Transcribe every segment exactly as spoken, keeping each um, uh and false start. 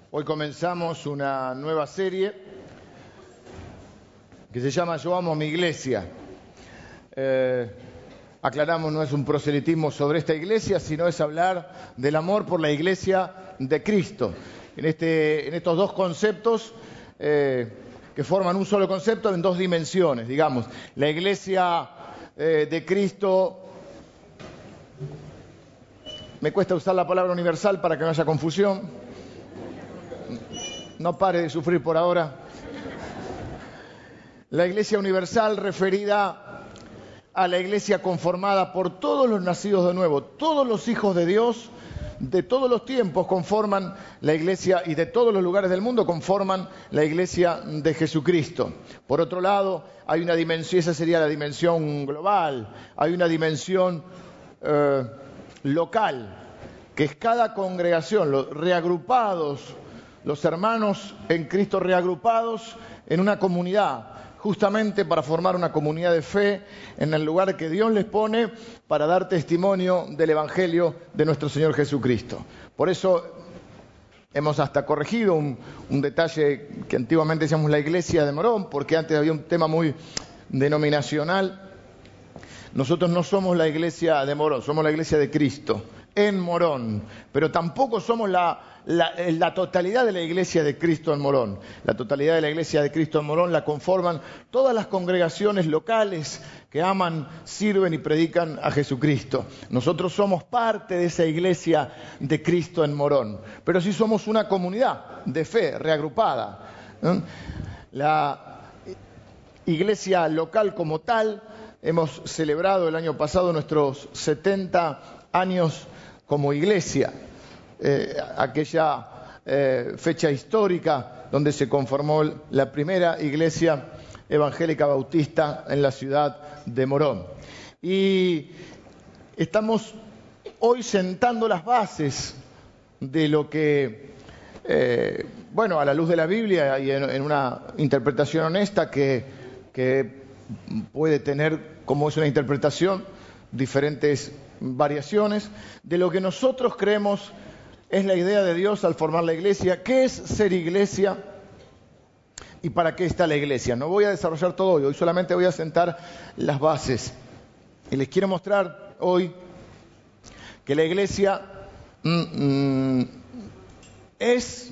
Hoy comenzamos una nueva serie que se llama Yo amo a mi iglesia. Eh, aclaramos, no es un proselitismo sobre esta iglesia, sino es hablar del amor por la iglesia de Cristo. En, este, en estos dos conceptos eh, que forman un solo concepto en dos dimensiones, digamos. La iglesia eh, de Cristo, me cuesta usar la palabra universal para que no haya confusión. No pare de sufrir por ahora. La iglesia universal referida a la iglesia conformada por todos los nacidos de nuevo, todos los hijos de Dios de todos los tiempos conforman la iglesia y de todos los lugares del mundo conforman la iglesia de Jesucristo. Por otro lado, hay una dimensión, esa sería la dimensión global, hay una dimensión eh, local, que es cada congregación, los reagrupados, los hermanos en Cristo reagrupados en una comunidad, justamente para formar una comunidad de fe en el lugar que Dios les pone para dar testimonio del Evangelio de nuestro Señor Jesucristo. Por eso hemos hasta corregido un, un detalle que antiguamente decíamos la iglesia de Morón, porque antes había un tema muy denominacional. Nosotros no somos la iglesia de Morón, somos la iglesia de Cristo en Morón, pero tampoco somos la, la, la totalidad de la iglesia de Cristo en Morón. La totalidad de la iglesia de Cristo en Morón la conforman todas las congregaciones locales que aman, sirven y predican a Jesucristo. Nosotros somos parte de esa iglesia de Cristo en Morón, pero sí somos una comunidad de fe reagrupada. ¿eh? La iglesia local como tal, hemos celebrado el año pasado nuestros setenta años como iglesia, eh, aquella eh, fecha histórica donde se conformó la primera iglesia evangélica bautista en la ciudad de Morón. Y estamos hoy sentando las bases de lo que, eh, bueno, a la luz de la Biblia y en, en una interpretación honesta que, que puede tener, como es una interpretación, diferentes variaciones de lo que nosotros creemos es la idea de Dios al formar la iglesia. ¿Qué es ser iglesia y para qué está la iglesia? No voy a desarrollar todo hoy, hoy solamente voy a sentar las bases y les quiero mostrar hoy que la iglesia mm, mm, es,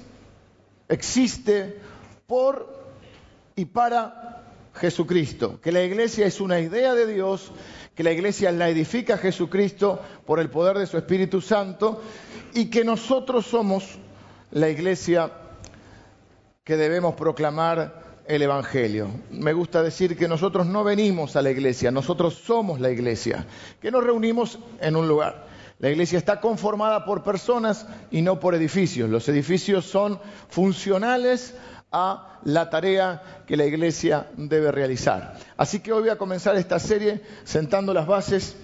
existe por y para Jesucristo, que la iglesia es una idea de Dios, que la iglesia la edifica Jesucristo por el poder de su Espíritu Santo y que nosotros somos la iglesia que debemos proclamar el Evangelio. Me gusta decir que nosotros no venimos a la iglesia, nosotros somos la iglesia, que nos reunimos en un lugar. La iglesia está conformada por personas y no por edificios. Los edificios son funcionales a la tarea que la iglesia debe realizar. Así que hoy voy a comenzar esta serie sentando las bases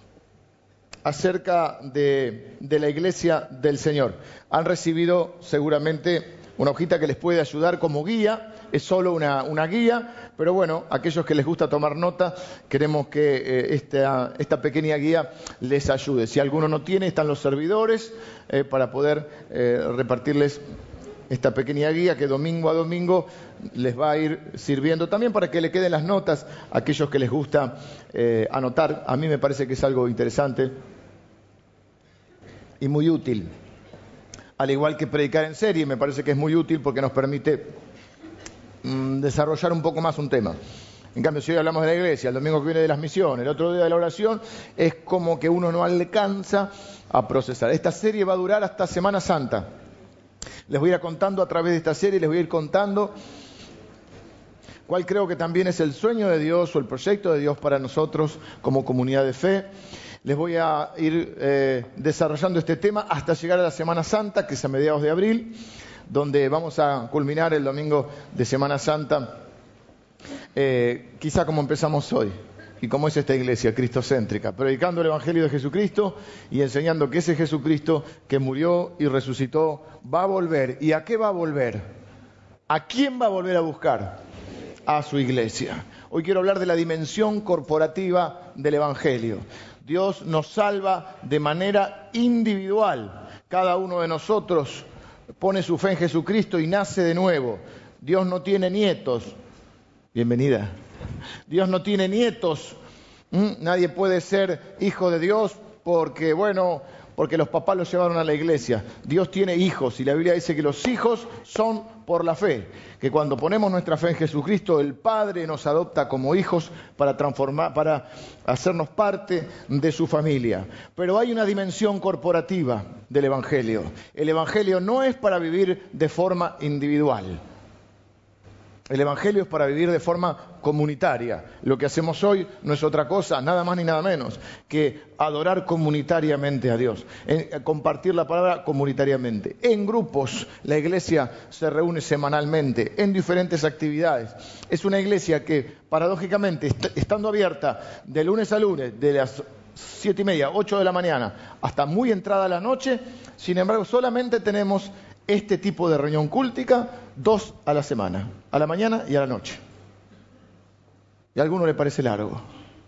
acerca de, de la iglesia del Señor. Han recibido seguramente una hojita que les puede ayudar como guía, es solo una, una guía, pero bueno, aquellos que les gusta tomar nota, queremos que eh, esta, esta pequeña guía les ayude. Si alguno no tiene, están los servidores eh, para poder eh, repartirles esta pequeña guía que domingo a domingo les va a ir sirviendo también para que le queden las notas a aquellos que les gusta eh, anotar. A mí me parece que es algo interesante y muy útil. Al igual que predicar en serie, me parece que es muy útil porque nos permite mmm, desarrollar un poco más un tema. En cambio, si hoy hablamos de la iglesia, el domingo que viene de las misiones, el otro día de la oración, es como que uno no alcanza a procesar. Esta serie va a durar hasta Semana Santa. Les voy a ir contando a través de esta serie, les voy a ir contando cuál creo que también es el sueño de Dios o el proyecto de Dios para nosotros como comunidad de fe. Les voy a ir eh, desarrollando este tema hasta llegar a la Semana Santa, que es a mediados de abril, donde vamos a culminar el domingo de Semana Santa, eh, quizá como empezamos hoy. Y como es esta iglesia cristocéntrica, predicando el Evangelio de Jesucristo y enseñando que ese Jesucristo que murió y resucitó va a volver. ¿Y a qué va a volver? ¿A quién va a volver a buscar? A su iglesia. Hoy quiero hablar de la dimensión corporativa del Evangelio. Dios nos salva de manera individual. Cada uno de nosotros pone su fe en Jesucristo y nace de nuevo. Dios no tiene nietos. Bienvenida. Dios no tiene nietos. ¿Mm? Nadie puede ser hijo de Dios porque, bueno, porque los papás los llevaron a la iglesia. Dios tiene hijos y la Biblia dice que los hijos son por la fe. Que cuando ponemos nuestra fe en Jesucristo, el Padre nos adopta como hijos para transformar, para hacernos parte de su familia. Pero hay una dimensión corporativa del Evangelio. El Evangelio no es para vivir de forma individual. El Evangelio es para vivir de forma comunitaria. Lo que hacemos hoy no es otra cosa, nada más ni nada menos, que adorar comunitariamente a Dios, en, compartir la palabra comunitariamente. En grupos, la iglesia se reúne semanalmente, en diferentes actividades. Es una iglesia que, paradójicamente, est- estando abierta de lunes a lunes, de las siete y media, ocho de la mañana, hasta muy entrada la noche, sin embargo, solamente tenemos este tipo de reunión cúltica, dos a la semana, a la mañana y a la noche. Y a alguno le parece largo.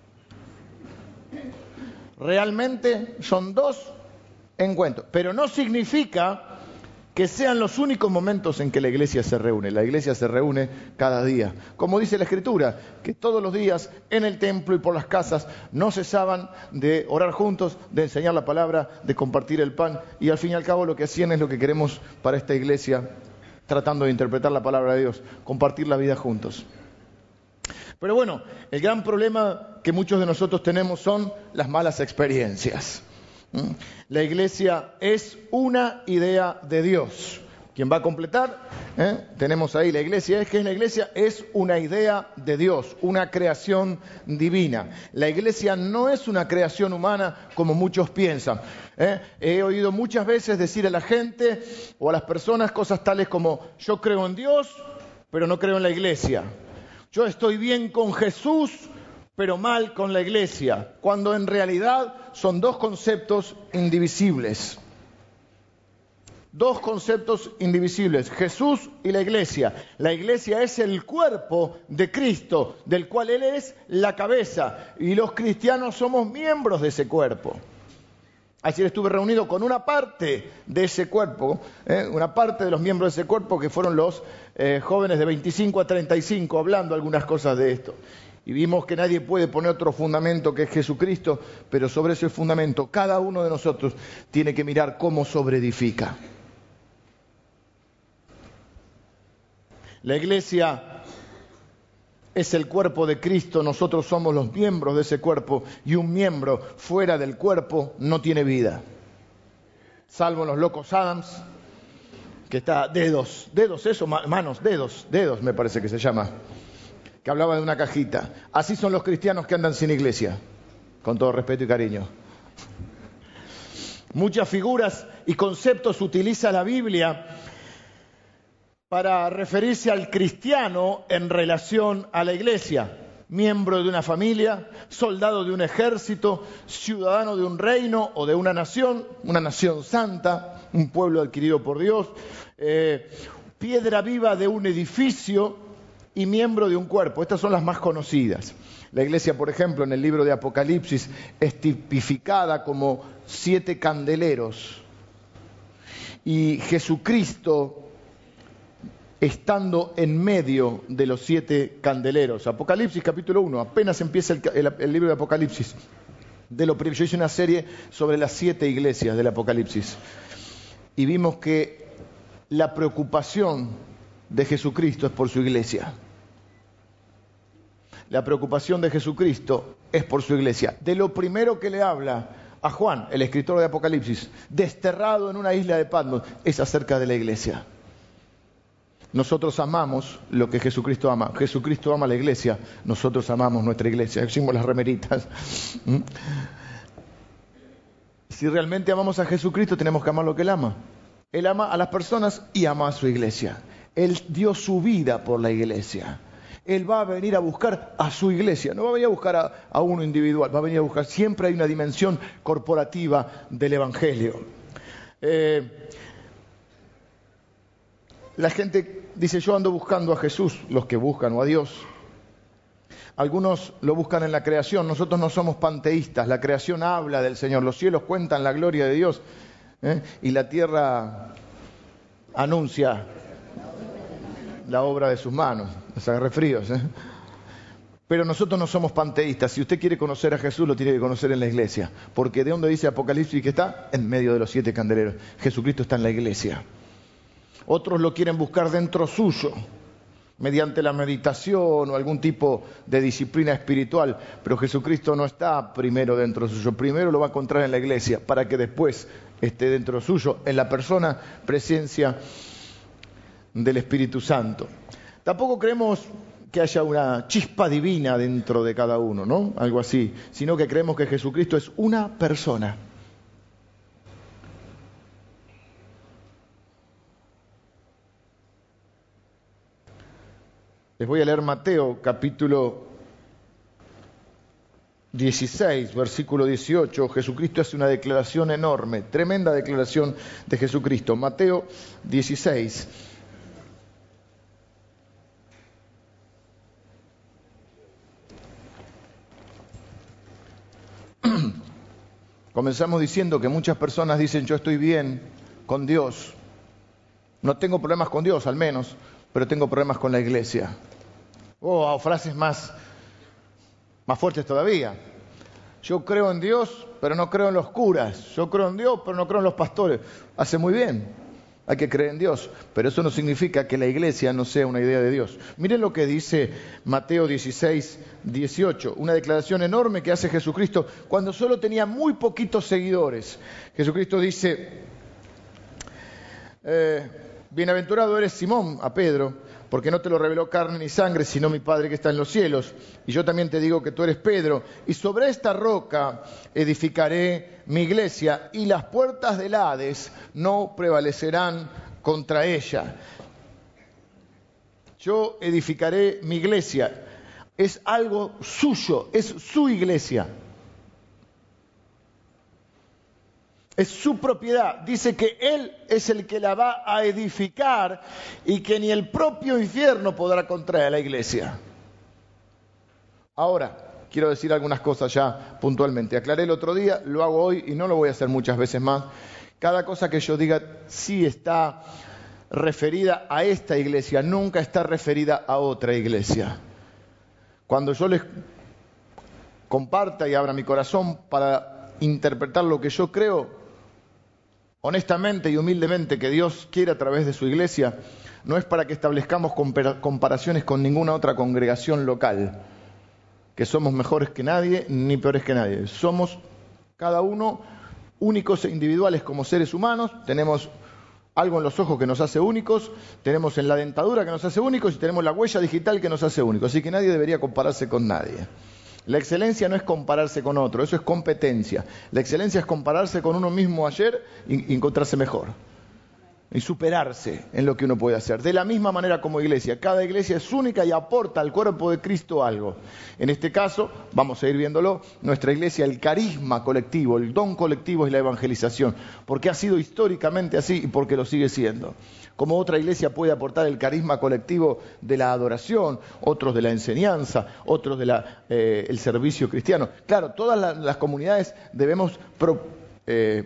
Realmente son dos encuentros, pero no significa que sean los únicos momentos en que la iglesia se reúne. La iglesia se reúne cada día. Como dice la Escritura, que todos los días en el templo y por las casas no cesaban de orar juntos, de enseñar la palabra, de compartir el pan. Y al fin y al cabo lo que hacían es lo que queremos para esta iglesia, tratando de interpretar la palabra de Dios, compartir la vida juntos. Pero bueno, el gran problema que muchos de nosotros tenemos son las malas experiencias. La iglesia es una idea de Dios. ¿Quién va a completar? ¿Eh? Tenemos ahí la iglesia. Es que es la iglesia es una idea de Dios, una creación divina. La iglesia no es una creación humana como muchos piensan. ¿Eh? He oído muchas veces decir a la gente o a las personas cosas tales como: yo creo en Dios, pero no creo en la iglesia. Yo estoy bien con Jesús, pero mal con la iglesia, cuando en realidad son dos conceptos indivisibles. Dos conceptos indivisibles, Jesús y la iglesia. La iglesia es el cuerpo de Cristo, del cual Él es la cabeza, y los cristianos somos miembros de ese cuerpo. Ayer estuve reunido con una parte de ese cuerpo, ¿eh? una parte de los miembros de ese cuerpo que fueron los eh, jóvenes de veinticinco a treinta y cinco, hablando algunas cosas de esto. Y vimos que nadie puede poner otro fundamento que es Jesucristo, pero sobre ese fundamento cada uno de nosotros tiene que mirar cómo sobreedifica. La iglesia es el cuerpo de Cristo, nosotros somos los miembros de ese cuerpo, y un miembro fuera del cuerpo no tiene vida. Salvo los locos Adams, que está dedos, dedos eso, manos, dedos, dedos me parece que se llama, que hablaba de una cajita. Así son los cristianos que andan sin iglesia, con todo respeto y cariño. Muchas figuras y conceptos utiliza la Biblia para referirse al cristiano en relación a la iglesia. Miembro de una familia, soldado de un ejército, ciudadano de un reino o de una nación, una nación santa, un pueblo adquirido por Dios, eh, piedra viva de un edificio y miembro de un cuerpo. Estas son las más conocidas. La iglesia, por ejemplo, en el libro de Apocalipsis es tipificada como siete candeleros. Y Jesucristo estando en medio de los siete candeleros. Apocalipsis capítulo uno, apenas empieza el, el, el libro de Apocalipsis. De lo, yo hice una serie sobre las siete iglesias del Apocalipsis. Y vimos que la preocupación de Jesucristo es por su iglesia. La preocupación de Jesucristo es por su iglesia. De lo primero que le habla a Juan, el escritor de Apocalipsis, desterrado en una isla de Patmos, es acerca de la iglesia. Nosotros amamos lo que Jesucristo ama. Jesucristo ama la iglesia, nosotros amamos nuestra iglesia. Hicimos las remeritas. ¿Mm? Si realmente amamos a Jesucristo, tenemos que amar lo que Él ama. Él ama a las personas y ama a su iglesia. Él dio su vida por la iglesia. Él va a venir a buscar a su iglesia. No va a venir a buscar a, a uno individual, va a venir a buscar. Siempre hay una dimensión corporativa del Evangelio. Eh, La gente dice: yo ando buscando a Jesús, los que buscan, o a Dios. Algunos lo buscan en la creación. Nosotros no somos panteístas. La creación habla del Señor. Los cielos cuentan la gloria de Dios, ¿eh? Y la tierra anuncia la obra de sus manos. Los agarré fríos, ¿eh? Pero nosotros no somos panteístas. Si usted quiere conocer a Jesús, lo tiene que conocer en la iglesia. Porque ¿de dónde dice Apocalipsis que está? En medio de los siete candeleros. Jesucristo está en la iglesia. Otros lo quieren buscar dentro suyo, mediante la meditación o algún tipo de disciplina espiritual. Pero Jesucristo no está primero dentro suyo. Primero lo va a encontrar en la iglesia, para que después esté dentro suyo, en la persona, presencia del Espíritu Santo. Tampoco creemos que haya una chispa divina dentro de cada uno, ¿no? Algo así, sino que creemos que Jesucristo es una persona. Les voy a leer Mateo capítulo dieciséis, versículo dieciocho. Jesucristo hace una declaración enorme, tremenda declaración de Jesucristo. Mateo dieciséis. Comenzamos diciendo que muchas personas dicen: yo estoy bien con Dios, no tengo problemas con Dios al menos, pero tengo problemas con la iglesia. O oh, frases más, más fuertes todavía. Yo creo en Dios, pero no creo en los curas. Yo creo en Dios, pero no creo en los pastores. Hace muy bien, hay que creer en Dios, pero eso no significa que la iglesia no sea una idea de Dios. Miren lo que dice Mateo dieciséis, dieciocho, una declaración enorme que hace Jesucristo cuando solo tenía muy poquitos seguidores. Jesucristo dice: eh, bienaventurado eres Simón, a Pedro, porque no te lo reveló carne ni sangre, sino mi Padre que está en los cielos. Y yo también te digo que tú eres Pedro, y sobre esta roca edificaré mi iglesia, y las puertas del Hades no prevalecerán contra ella. Yo edificaré mi iglesia. Es algo suyo, es su iglesia. Es su propiedad. Dice que Él es el que la va a edificar y que ni el propio infierno podrá contraer la iglesia. Ahora, quiero decir algunas cosas ya puntualmente. Aclaré el otro día, lo hago hoy y no lo voy a hacer muchas veces más. Cada cosa que yo diga sí está referida a esta iglesia, nunca está referida a otra iglesia. Cuando yo les comparta y abra mi corazón para interpretar lo que yo creo, honestamente y humildemente, que Dios quiere a través de su iglesia, no es para que establezcamos comparaciones con ninguna otra congregación local, que somos mejores que nadie ni peores que nadie. Somos cada uno únicos e individuales como seres humanos, tenemos algo en los ojos que nos hace únicos, tenemos en la dentadura que nos hace únicos y tenemos la huella digital que nos hace únicos, así que nadie debería compararse con nadie. La excelencia no es compararse con otro, eso es competencia. La excelencia es compararse con uno mismo ayer y encontrarse mejor. Y superarse en lo que uno puede hacer. De la misma manera como iglesia. Cada iglesia es única y aporta al cuerpo de Cristo algo. En este caso, vamos a ir viéndolo, nuestra iglesia, el carisma colectivo, el don colectivo es la evangelización. Porque ha sido históricamente así y porque lo sigue siendo. Como otra iglesia puede aportar el carisma colectivo de la adoración, otros de la enseñanza, otros del eh, servicio cristiano. Claro, todas la, las comunidades debemos pro, eh,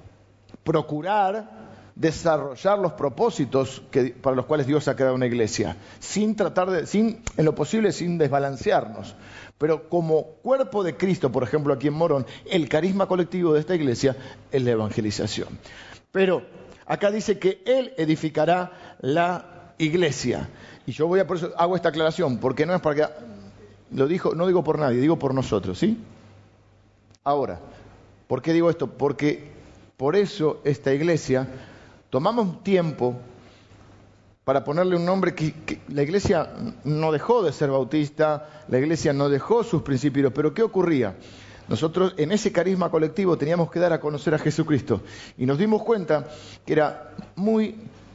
procurar desarrollar los propósitos que, para los cuales Dios ha creado una iglesia, sin tratar de, sin, en lo posible, sin desbalancearnos. Pero como cuerpo de Cristo, por ejemplo, aquí en Morón, el carisma colectivo de esta iglesia es la evangelización. Pero acá dice que Él edificará la iglesia. Y yo voy a, por eso hago esta aclaración, porque no es para que, lo dijo, no digo por nadie, digo por nosotros, ¿sí? Ahora, ¿por qué digo esto? Porque por eso esta iglesia tomamos tiempo para ponerle un nombre que, que la iglesia no dejó de ser bautista, la iglesia no dejó sus principios, pero ¿qué ocurría? Nosotros en ese carisma colectivo teníamos que dar a conocer a Jesucristo y nos dimos cuenta que era muy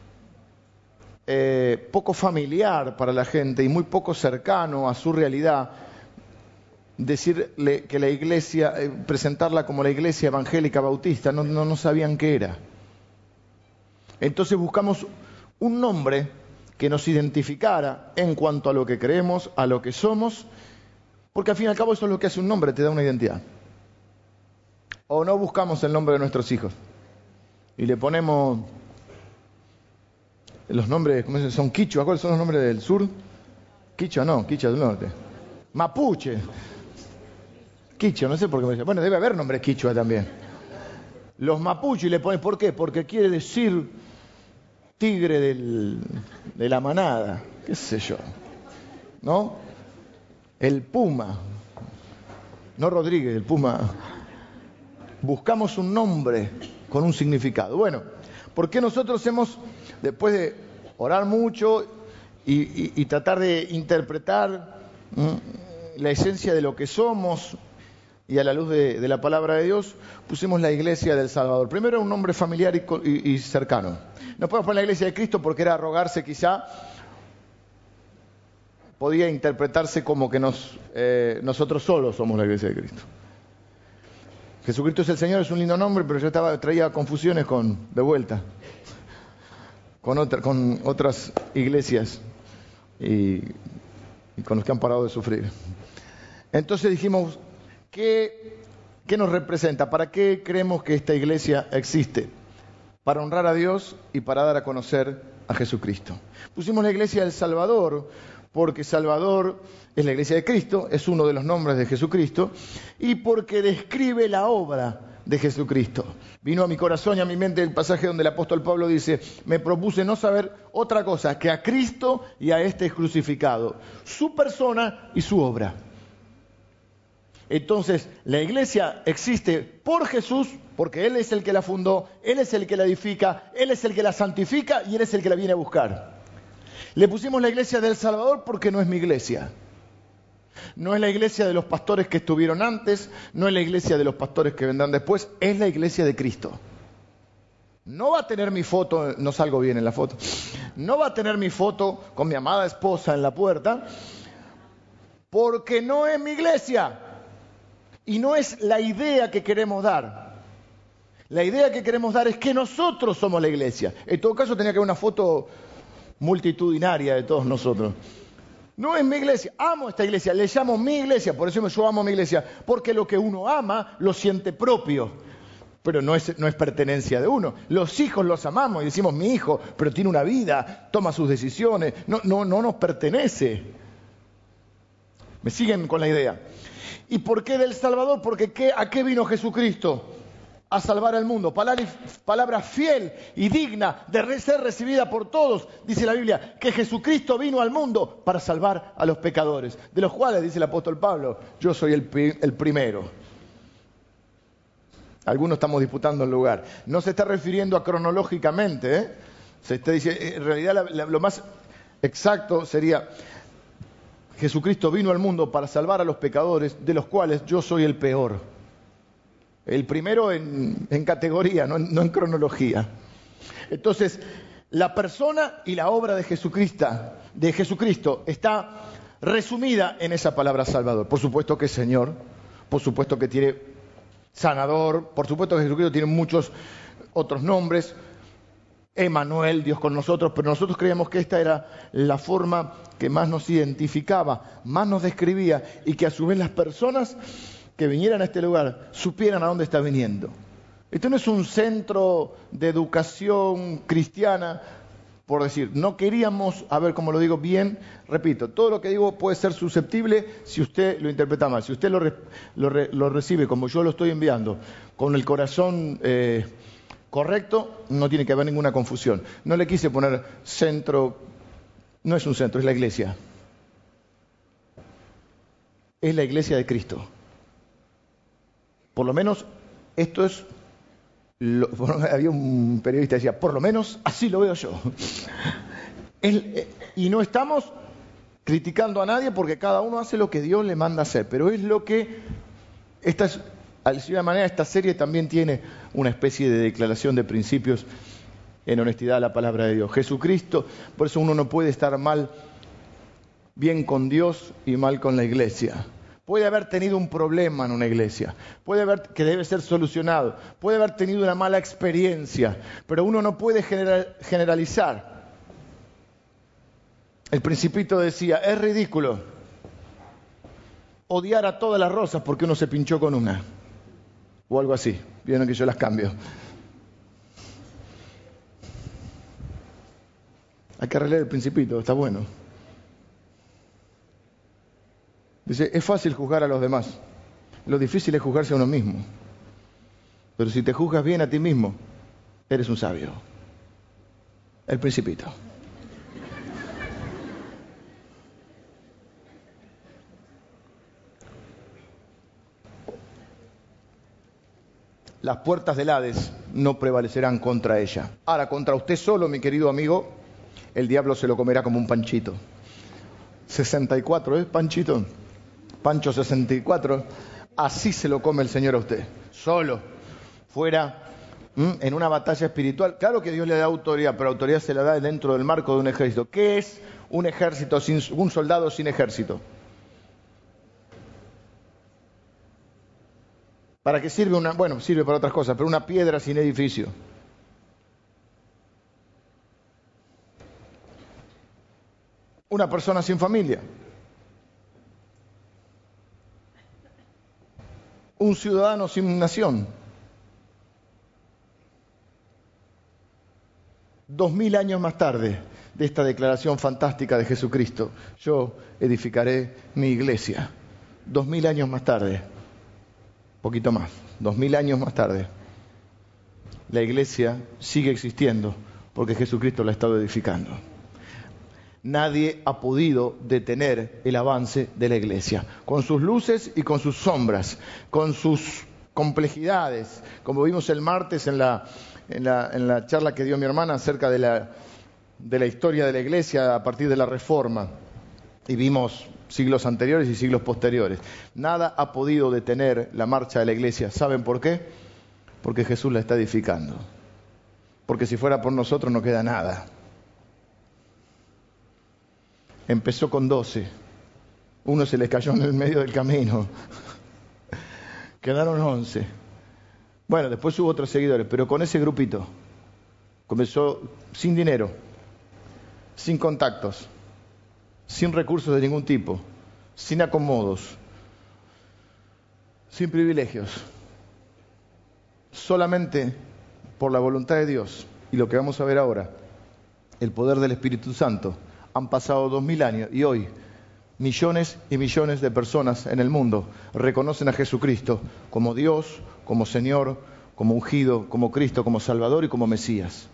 eh, poco familiar para la gente y muy poco cercano a su realidad decirle que la iglesia, eh, presentarla como la iglesia evangélica bautista, no, no, no sabían qué era. Entonces buscamos un nombre que nos identificara en cuanto a lo que creemos, a lo que somos, porque al fin y al cabo eso es lo que hace un nombre, te da una identidad. O no buscamos el nombre de nuestros hijos y le ponemos los nombres, ¿cómo se llama? Son quichua, ¿cuáles son los nombres del sur? Quichua no, quichua del norte. Mapuche. Quichua, no sé por qué me dice. Bueno, debe haber nombres quichua también. Los mapuches le ponen, ¿por qué? Porque quiere decir tigre del, de la manada, qué sé yo, ¿no? El puma, no Rodríguez, el puma. Buscamos un nombre con un significado. Bueno, ¿por qué nosotros hemos, después de orar mucho y, y, y tratar de interpretar ¿m? la esencia de lo que somos y a la luz de, de la palabra de Dios, pusimos la Iglesia del Salvador? Primero un nombre familiar y, y, y cercano. No podemos poner la Iglesia de Cristo porque era arrogarse, quizá podía interpretarse como que nos, eh, nosotros solos somos la Iglesia de Cristo. Jesucristo es el Señor, es un lindo nombre, pero yo estaba, traía confusiones con, de vuelta, con, otra, con otras iglesias y, y con los que han parado de sufrir. Entonces dijimos, ¿qué, qué nos representa? ¿Para qué creemos que esta iglesia existe? Para honrar a Dios y para dar a conocer a Jesucristo. Pusimos la Iglesia del Salvador, porque Salvador es la Iglesia de Cristo, es uno de los nombres de Jesucristo, y porque describe la obra de Jesucristo. Vino a mi corazón y a mi mente el pasaje donde el apóstol Pablo dice, me propuse no saber otra cosa que a Cristo y a este crucificado, su persona y su obra. Entonces, la iglesia existe por Jesús, porque Él es el que la fundó, Él es el que la edifica, Él es el que la santifica y Él es el que la viene a buscar. Le pusimos la Iglesia del Salvador porque no es mi iglesia. No es la iglesia de los pastores que estuvieron antes, no es la iglesia de los pastores que vendrán después, es la iglesia de Cristo. No va a tener mi foto, no salgo bien en la foto, no va a tener mi foto con mi amada esposa en la puerta, porque no es mi iglesia. Y no es la idea que queremos dar. La idea que queremos dar es que nosotros somos la iglesia. En todo caso tenía que haber una foto multitudinaria de todos nosotros. No es mi iglesia, amo esta iglesia, le llamo mi iglesia, por eso yo amo mi iglesia, porque lo que uno ama lo siente propio, pero no es, no es pertenencia de uno. Los hijos los amamos y decimos mi hijo, pero tiene una vida, toma sus decisiones, no, no, no nos pertenece. ¿Me siguen con la idea? ¿Y por qué del Salvador? Porque ¿qué, ¿a qué vino Jesucristo? A salvar al mundo. Palabra, palabra fiel y digna de ser recibida por todos. Dice la Biblia que Jesucristo vino al mundo para salvar a los pecadores, de los cuales, dice el apóstol Pablo, yo soy el, el primero. Algunos estamos disputando el lugar. No se está refiriendo a cronológicamente, ¿eh? Se está diciendo, en realidad la, la, lo más exacto sería... Jesucristo vino al mundo para salvar a los pecadores, de los cuales yo soy el peor. El primero en, en categoría, no en, no en cronología. Entonces, la persona y la obra de Jesucristo, de Jesucristo está resumida en esa palabra Salvador. Por supuesto que es Señor, por supuesto que tiene sanador, por supuesto que Jesucristo tiene muchos otros nombres. Emmanuel, Dios con nosotros, pero nosotros creíamos que esta era la forma que más nos identificaba, más nos describía y que a su vez las personas que vinieran a este lugar supieran a dónde está viniendo. Esto no es un centro de educación cristiana, por decir, no queríamos, a ver cómo lo digo bien, repito, todo lo que digo puede ser susceptible si usted lo interpreta mal, si usted lo, re, lo, re, lo recibe como yo lo estoy enviando, con el corazón... Eh, correcto, no tiene que haber ninguna confusión. No le quise poner centro, no es un centro, es la iglesia. Es la iglesia de Cristo. Por lo menos, esto es, lo, había un periodista que decía, por lo menos así lo veo yo. El, y no estamos criticando a nadie porque cada uno hace lo que Dios le manda hacer, pero es lo que, esta es, de alguna manera esta serie también tiene una especie de declaración de principios en honestidad a la palabra de Dios. Jesucristo, por eso uno no puede estar mal, bien con Dios y mal con la iglesia. Puede haber tenido un problema en una iglesia, puede haber que debe ser solucionado, puede haber tenido una mala experiencia, pero uno no puede general, generalizar. El Principito decía, es ridículo odiar a todas las rosas porque uno se pinchó con una. O algo así. Vieron que yo las cambio. Hay que releer el Principito, está bueno. Dice, es fácil juzgar a los demás. Lo difícil es juzgarse a uno mismo. Pero si te juzgas bien a ti mismo, eres un sabio. El Principito. Las puertas del Hades no prevalecerán contra ella. Ahora, contra usted solo, mi querido amigo, el diablo se lo comerá como un panchito. sesenta y cuatro, ¿eh? Panchito. Pancho sesenta y cuatro. Así se lo come el Señor a usted. Solo. Fuera. ¿m? En una batalla espiritual. Claro que Dios le da autoridad, pero autoridad se la da dentro del marco de un ejército. ¿Qué es un ejército sin un soldado sin ejército? ¿Para qué sirve una? Bueno, sirve para otras cosas, pero una piedra sin edificio. Una persona sin familia. Un ciudadano sin nación. Dos mil años más tarde de esta declaración fantástica de Jesucristo, yo edificaré mi iglesia. Dos mil años más tarde. Poquito más, dos mil años más tarde, la iglesia sigue existiendo porque Jesucristo la ha estado edificando. Nadie ha podido detener el avance de la iglesia, con sus luces y con sus sombras, con sus complejidades, como vimos el martes en la, en la, en la charla que dio mi hermana acerca de la, de la historia de la iglesia a partir de la Reforma, y vimos siglos anteriores y siglos posteriores. Nada ha podido detener la marcha de la iglesia. ¿Saben por qué? Porque Jesús la está edificando. Porque si fuera por nosotros no queda nada. Empezó con doce. Uno se les cayó en el medio del camino. Quedaron once. Bueno, después hubo otros seguidores, pero con ese grupito comenzó sin dinero, sin contactos, sin recursos de ningún tipo, sin acomodos, sin privilegios, solamente por la voluntad de Dios y lo que vamos a ver ahora, el poder del Espíritu Santo. Han pasado dos mil años y hoy millones y millones de personas en el mundo reconocen a Jesucristo como Dios, como Señor, como ungido, como Cristo, como Salvador y como Mesías.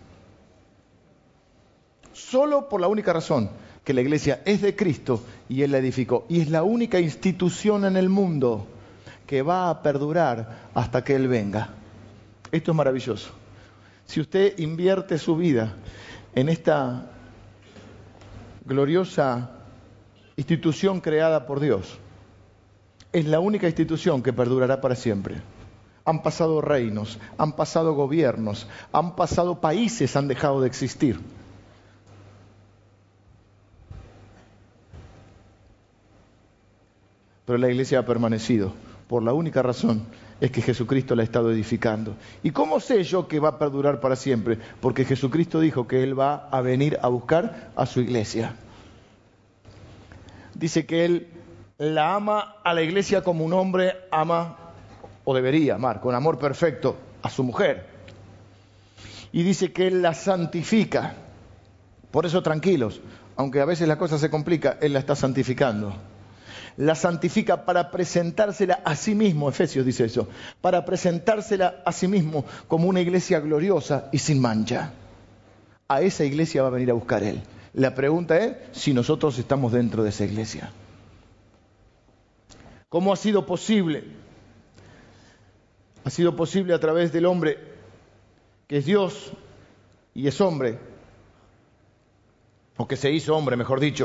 Solo por la única razón que la iglesia es de Cristo y Él la edificó. Y es la única institución en el mundo que va a perdurar hasta que Él venga. Esto es maravilloso. Si usted invierte su vida en esta gloriosa institución creada por Dios, es la única institución que perdurará para siempre. Han pasado reinos, han pasado gobiernos, han pasado países, han dejado de existir. Pero la iglesia ha permanecido por la única razón es que Jesucristo la ha estado edificando. ¿Y cómo sé yo que va a perdurar para siempre? Porque Jesucristo dijo que Él va a venir a buscar a su iglesia. Dice que Él la ama a la iglesia como un hombre ama, o debería amar, con amor perfecto a su mujer. Y dice que Él la santifica. Por eso tranquilos, aunque a veces la cosa se complica, Él la está santificando. La santifica para presentársela a sí mismo, Efesios dice eso, para presentársela a sí mismo como una iglesia gloriosa y sin mancha. A esa iglesia va a venir a buscar Él. La pregunta es si nosotros estamos dentro de esa iglesia. ¿Cómo ha sido posible? Ha sido posible a través del hombre que es Dios y es hombre, o que se hizo hombre, mejor dicho,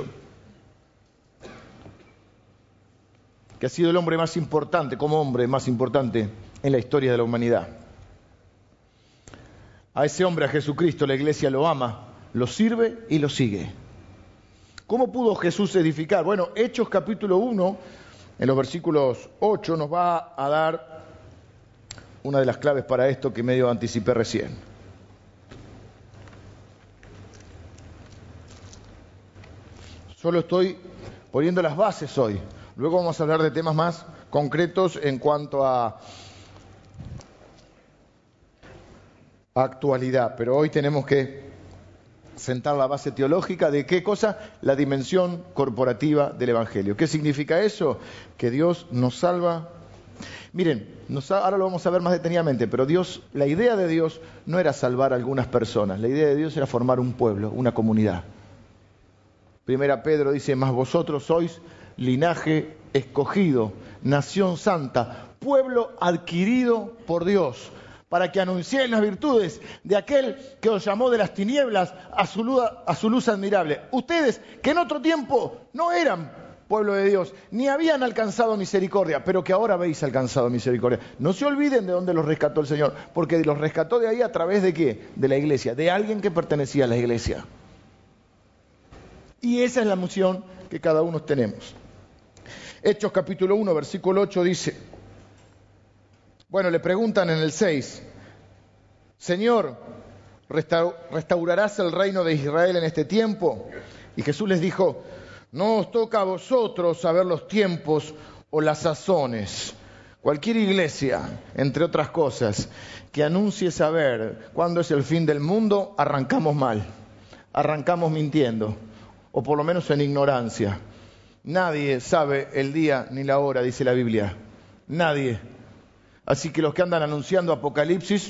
que ha sido el hombre más importante, como hombre más importante en la historia de la humanidad. A ese hombre, a Jesucristo, la iglesia lo ama, lo sirve y lo sigue. ¿Cómo pudo Jesús edificar? Bueno, Hechos capítulo uno, en los versículos ocho, nos va a dar una de las claves para esto que medio anticipé recién. Solo estoy poniendo las bases hoy. Luego vamos a hablar de temas más concretos en cuanto a actualidad, pero hoy tenemos que sentar la base teológica de qué cosa, la dimensión corporativa del Evangelio. ¿Qué significa eso? Que Dios nos salva. Miren, nos, ahora lo vamos a ver más detenidamente, pero Dios, la idea de Dios no era salvar a algunas personas, la idea de Dios era formar un pueblo, una comunidad. Primera Pedro dice, mas vosotros sois linaje escogido, nación santa, pueblo adquirido por Dios, para que anunciéis las virtudes de aquel que os llamó de las tinieblas a su luz, a su luz admirable. Ustedes, que en otro tiempo no eran pueblo de Dios, ni habían alcanzado misericordia, pero que ahora habéis alcanzado misericordia. No se olviden de dónde los rescató el Señor, porque los rescató de ahí a través de ¿qué? De la iglesia, de alguien que pertenecía a la iglesia. Y esa es la misión que cada uno tenemos. Hechos capítulo uno, versículo ocho dice, bueno, le preguntan en el seis, Señor, ¿restaurarás el reino de Israel en este tiempo? Y Jesús les dijo, no os toca a vosotros saber los tiempos o las sazones. Cualquier iglesia, entre otras cosas, que anuncie saber cuándo es el fin del mundo, arrancamos mal, arrancamos mintiendo, o por lo menos en ignorancia. Nadie sabe el día ni la hora, dice la Biblia. Nadie. Así que los que andan anunciando Apocalipsis,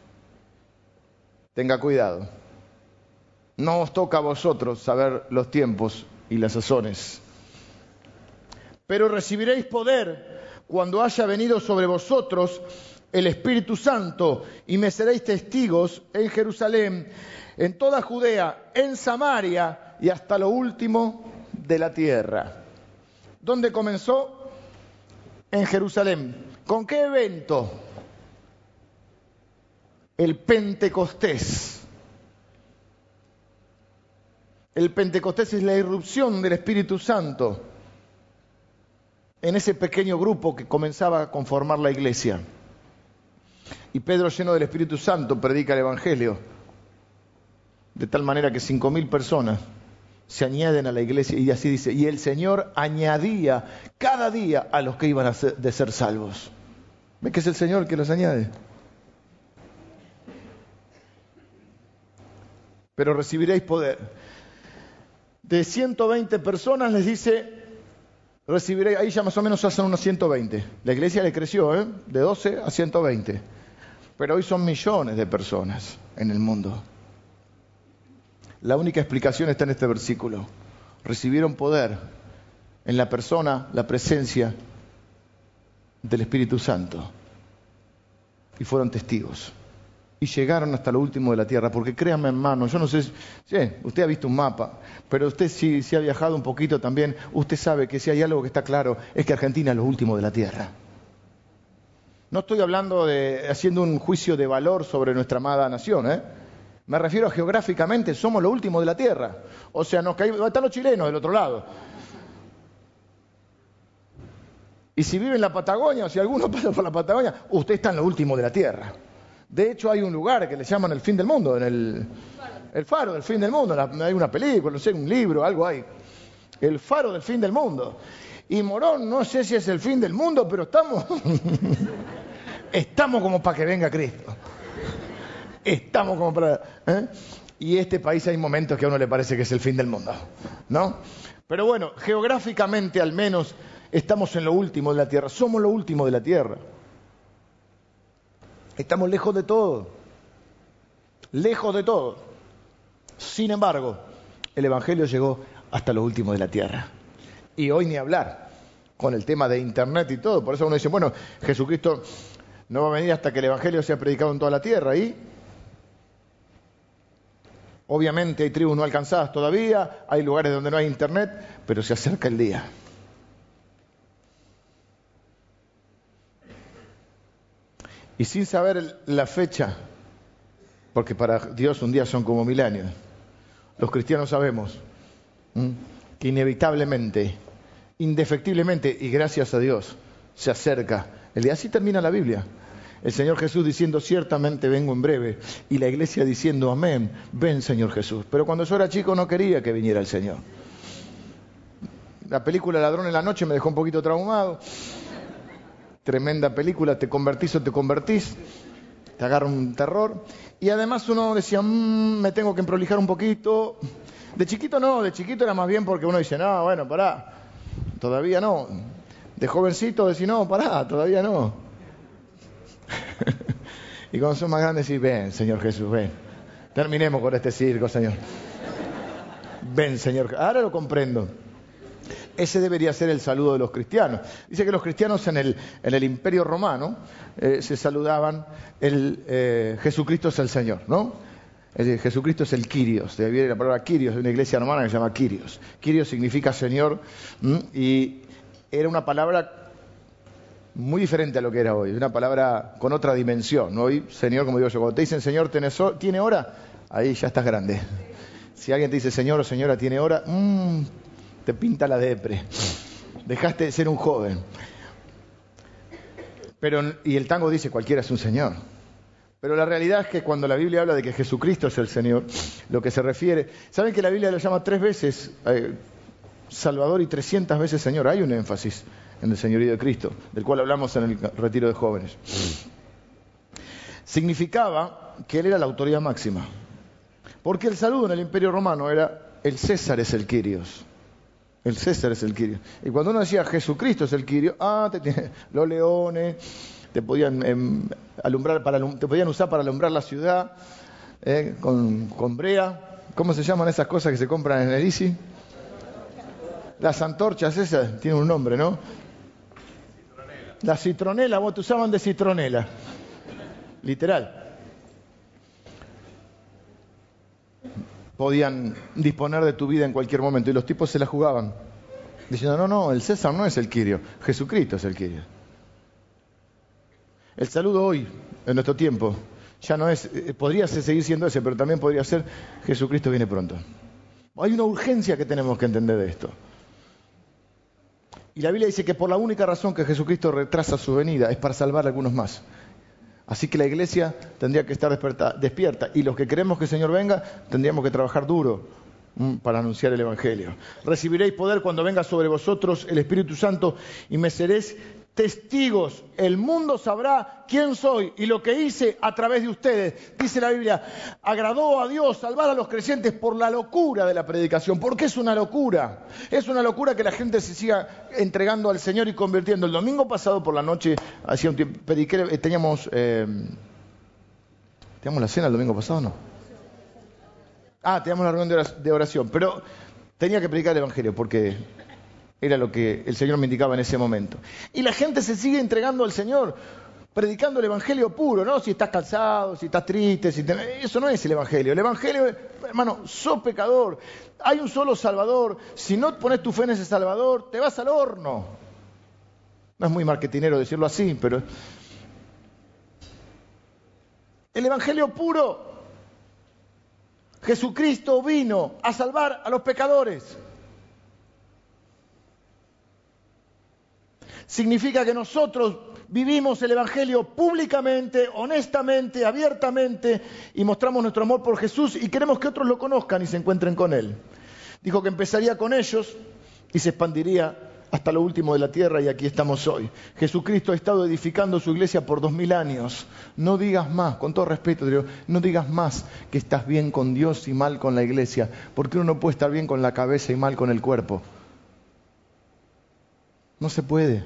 tenga cuidado. No os toca a vosotros saber los tiempos y las sazones. Pero recibiréis poder cuando haya venido sobre vosotros el Espíritu Santo y me seréis testigos en Jerusalén, en toda Judea, en Samaria y hasta lo último de la tierra. ¿Dónde comenzó? En Jerusalén. ¿Con qué evento? El Pentecostés. El Pentecostés es la irrupción del Espíritu Santo en ese pequeño grupo que comenzaba a conformar la iglesia. Y Pedro, lleno del Espíritu Santo, predica el Evangelio, de tal manera que cinco mil personas se añaden a la iglesia, y así dice, y el Señor añadía cada día a los que iban a ser, de ser salvos. ¿Ves que es el Señor que los añade? Pero recibiréis poder. De ciento veinte personas les dice, recibiréis, ahí ya más o menos hacen unos ciento veinte. La iglesia le creció, ¿eh? De doce a ciento veinte. Pero hoy son millones de personas en el mundo. La única explicación está en este versículo. Recibieron poder en la persona, la presencia del Espíritu Santo. Y fueron testigos. Y llegaron hasta lo último de la tierra. Porque créanme, hermano, yo no sé, sí, usted ha visto un mapa, pero usted si, si ha viajado un poquito también, usted sabe que si hay algo que está claro, es que Argentina es lo último de la tierra. No estoy hablando de haciendo un juicio de valor sobre nuestra amada nación, ¿eh? Me refiero a geográficamente, somos lo último de la tierra. O sea, nos caímos, están los chilenos del otro lado. Y si vive en la Patagonia, o si alguno pasa por la Patagonia, usted está en lo último de la tierra. De hecho, hay un lugar que le llaman el fin del mundo, en el, el faro del fin del mundo. Hay una película, no sé, un libro, algo hay. El faro del fin del mundo. Y Morón, no sé si es el fin del mundo, pero estamos, estamos como para que venga Cristo. Estamos como para... ¿eh? Y este país hay momentos que a uno le parece que es el fin del mundo, ¿no? Pero bueno, geográficamente al menos estamos en lo último de la tierra. Somos lo último de la tierra. Estamos lejos de todo. Lejos de todo. Sin embargo, el Evangelio llegó hasta lo último de la tierra. Y hoy ni hablar, con el tema de Internet y todo. Por eso uno dice, bueno, Jesucristo no va a venir hasta que el Evangelio sea predicado en toda la tierra. Y obviamente hay tribus no alcanzadas todavía, hay lugares donde no hay Internet, pero se acerca el día. Y sin saber la fecha, porque para Dios un día son como mil años, los cristianos sabemos ¿m? que inevitablemente, indefectiblemente, y gracias a Dios, se acerca el día. Así termina la Biblia. El Señor Jesús diciendo, ciertamente vengo en breve, y la iglesia diciendo, amén, ven Señor Jesús. Pero cuando yo era chico no quería que viniera el Señor. La película Ladrón en la noche me dejó un poquito traumado. Tremenda película, te convertís o te convertís. te agarra un terror. Y además uno decía, mmm, me tengo que emprolijar un poquito. De chiquito no, de chiquito era más bien porque uno dice, no, bueno, pará, todavía no. De jovencito decís, no, pará, todavía no. Y cuando son más grandes decís, ven, Señor Jesús, ven. Terminemos con este circo, Señor. Ven, Señor. Ahora lo comprendo. Ese debería ser el saludo de los cristianos. Dice que los cristianos en el, en el Imperio Romano eh, se saludaban, el eh, Jesucristo es el Señor, ¿no? El, Jesucristo es el Kyrios. De ahí viene la palabra Kyrios, de una iglesia romana que se llama Kyrios. Kyrios significa Señor, ¿m? Y era una palabra muy diferente a lo que era hoy, una palabra con otra dimensión. Hoy, Señor, como digo yo, cuando te dicen Señor, ¿tiene hora? Ahí ya estás grande. Si alguien te dice Señor o Señora, ¿tiene hora? Mmm, te pinta la depre. Dejaste de ser un joven. Pero, y el tango dice, cualquiera es un Señor. Pero la realidad es que cuando la Biblia habla de que Jesucristo es el Señor, lo que se refiere... ¿Saben que la Biblia lo llama tres veces eh, Salvador y trescientas veces Señor? Hay un énfasis en el señorío de Cristo, del cual hablamos en el retiro de jóvenes. Significaba que Él era la autoridad máxima. Porque el saludo en el Imperio Romano era, el César es el Kyrios. El César es el Kyrios. Y cuando uno decía Jesucristo es el Kyrios, ah, te, te, los leones, te podían eh, alumbrar para, te podían usar para alumbrar la ciudad, eh, con, con brea. ¿Cómo se llaman esas cosas que se compran en el ICI? Las antorchas esas, tienen un nombre, ¿no? La citronela, vos te usaban de citronela. Literal. Podían disponer de tu vida en cualquier momento. Y los tipos se la jugaban. Diciendo, no, no, el César no es el Kyrio. Jesucristo es el Kyrio. El saludo hoy, en nuestro tiempo, ya no es, podría seguir siendo ese, pero también podría ser, Jesucristo viene pronto. Hay una urgencia que tenemos que entender de esto. Y la Biblia dice que por la única razón que Jesucristo retrasa su venida es para salvar a algunos más. Así que la iglesia tendría que estar desperta, despierta. Y los que queremos que el Señor venga, tendríamos que trabajar duro mm, para anunciar el Evangelio. Recibiréis poder cuando venga sobre vosotros el Espíritu Santo y me seréis testigos. El mundo sabrá quién soy y lo que hice a través de ustedes. Dice la Biblia, agradó a Dios salvar a los creyentes por la locura de la predicación. ¿Por qué es una locura? Es una locura que la gente se siga entregando al Señor y convirtiendo. El domingo pasado por la noche, hacía un tiempo, prediqué, teníamos, eh, ¿teníamos la cena el domingo pasado o no? Ah, teníamos la reunión de oración, pero tenía que predicar el Evangelio porque era lo que el Señor me indicaba en ese momento. Y la gente se sigue entregando al Señor, predicando el Evangelio puro, ¿no? Si estás cansado, si estás triste, si te... eso no es el Evangelio. El Evangelio, hermano, sos pecador, hay un solo Salvador. Si no pones tu fe en ese Salvador, te vas al horno. No es muy marketinero decirlo así, pero... El Evangelio puro. Jesucristo vino a salvar a los pecadores. Significa que nosotros vivimos el Evangelio públicamente, honestamente, abiertamente y mostramos nuestro amor por Jesús y queremos que otros lo conozcan y se encuentren con Él. Dijo que empezaría con ellos y se expandiría hasta lo último de la tierra y aquí estamos hoy. Jesucristo ha estado edificando su iglesia por dos mil años. No digas más, con todo respeto, Dios, no digas más que estás bien con Dios y mal con la iglesia, porque uno no puede estar bien con la cabeza y mal con el cuerpo. No se puede.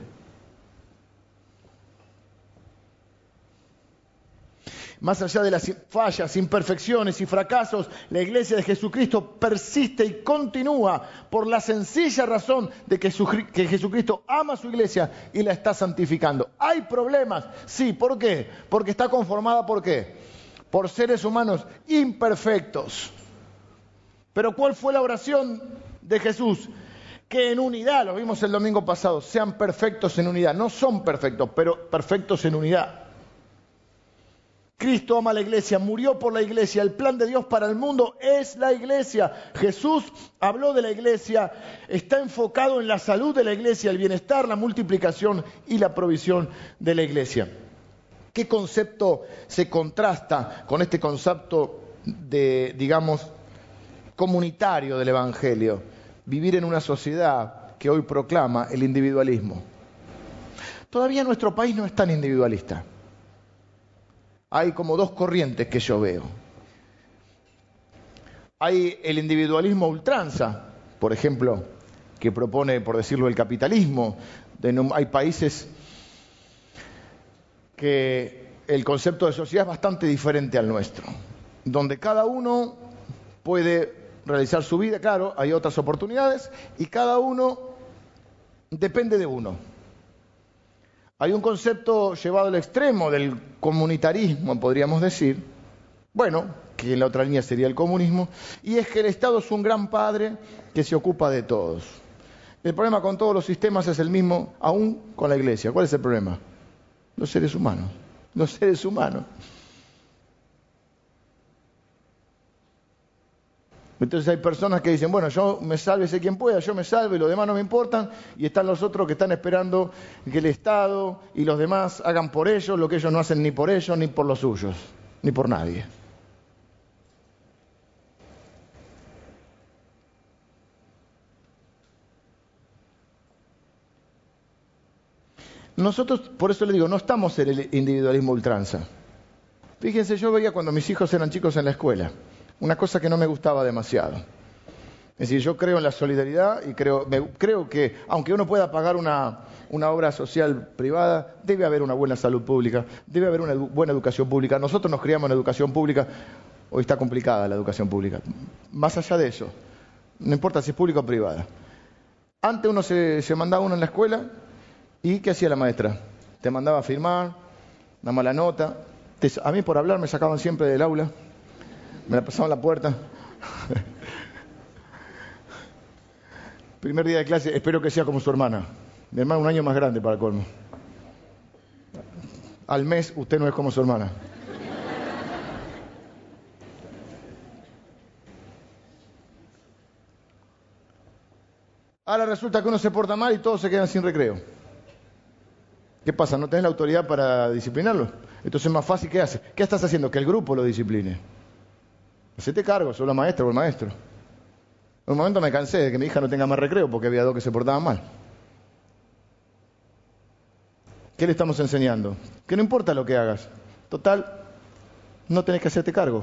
Más allá de las fallas, imperfecciones y fracasos, la iglesia de Jesucristo persiste y continúa por la sencilla razón de que, su, que Jesucristo ama a su iglesia y la está santificando. ¿Hay problemas? Sí, ¿por qué? Porque está conformada, ¿por qué? Por seres humanos imperfectos. Pero ¿cuál fue la oración de Jesús? Que en unidad, lo vimos el domingo pasado, sean perfectos en unidad. No son perfectos, pero perfectos en unidad. Cristo ama a la iglesia, murió por la iglesia. El plan de Dios para el mundo es la iglesia. Jesús habló de la iglesia, está enfocado en la salud de la iglesia, el bienestar, la multiplicación y la provisión de la iglesia. ¿Qué concepto se contrasta con este concepto de, digamos, comunitario del Evangelio? Vivir en una sociedad que hoy proclama el individualismo. Todavía nuestro país no es tan individualista. hay como dos corrientes que yo veo. Hay el individualismo a ultranza, por ejemplo, que propone, por decirlo, el capitalismo. Hay países que el concepto de sociedad es bastante diferente al nuestro, donde cada uno puede realizar su vida, claro, hay otras oportunidades, y cada uno depende de uno. Hay un concepto llevado al extremo del comunitarismo, podríamos decir, bueno, que en la otra línea sería el comunismo, y es que el Estado es un gran padre que se ocupa de todos. El problema con todos los sistemas es el mismo, aún con la Iglesia. ¿Cuál es el problema? Los seres humanos. Los seres humanos. Entonces hay personas que dicen, bueno, yo me sálvese quien pueda, yo me salve y los demás no me importan, y están los otros que están esperando que el Estado y los demás hagan por ellos lo que ellos no hacen ni por ellos, ni por los suyos, ni por nadie. Nosotros, por eso le digo, no estamos en el individualismo ultranza. Fíjense, yo veía cuando mis hijos eran chicos en la escuela, una cosa que no me gustaba demasiado. Es decir, yo creo en la solidaridad y creo, me, creo que, aunque uno pueda pagar una, una obra social privada, debe haber una buena salud pública, debe haber una edu- buena educación pública. Nosotros nos criamos en educación pública, hoy está complicada la educación pública. Más allá de eso, no importa si es pública o privada. Antes uno se, se mandaba uno en la escuela, ¿y qué hacía la maestra? Te mandaba a firmar, una mala nota. Te, a mí por hablar me sacaban siempre del aula, me la pasaban a la puerta. Primer día de clase, espero que sea como su hermana. Mi hermana un año más grande para el colmo. Al mes usted no es como su hermana. Ahora resulta que uno se porta mal y todos se quedan sin recreo. ¿Qué pasa? ¿No tenés la autoridad para disciplinarlo? Entonces es más fácil, ¿qué haces? ¿Qué estás haciendo? Que el grupo lo discipline. Hacete cargo, sos la maestra o el maestro. En un momento me cansé de que mi hija no tenga más recreo porque había dos que se portaban mal. ¿Qué le estamos enseñando? Que no importa lo que hagas. Total, no tenés que hacerte cargo.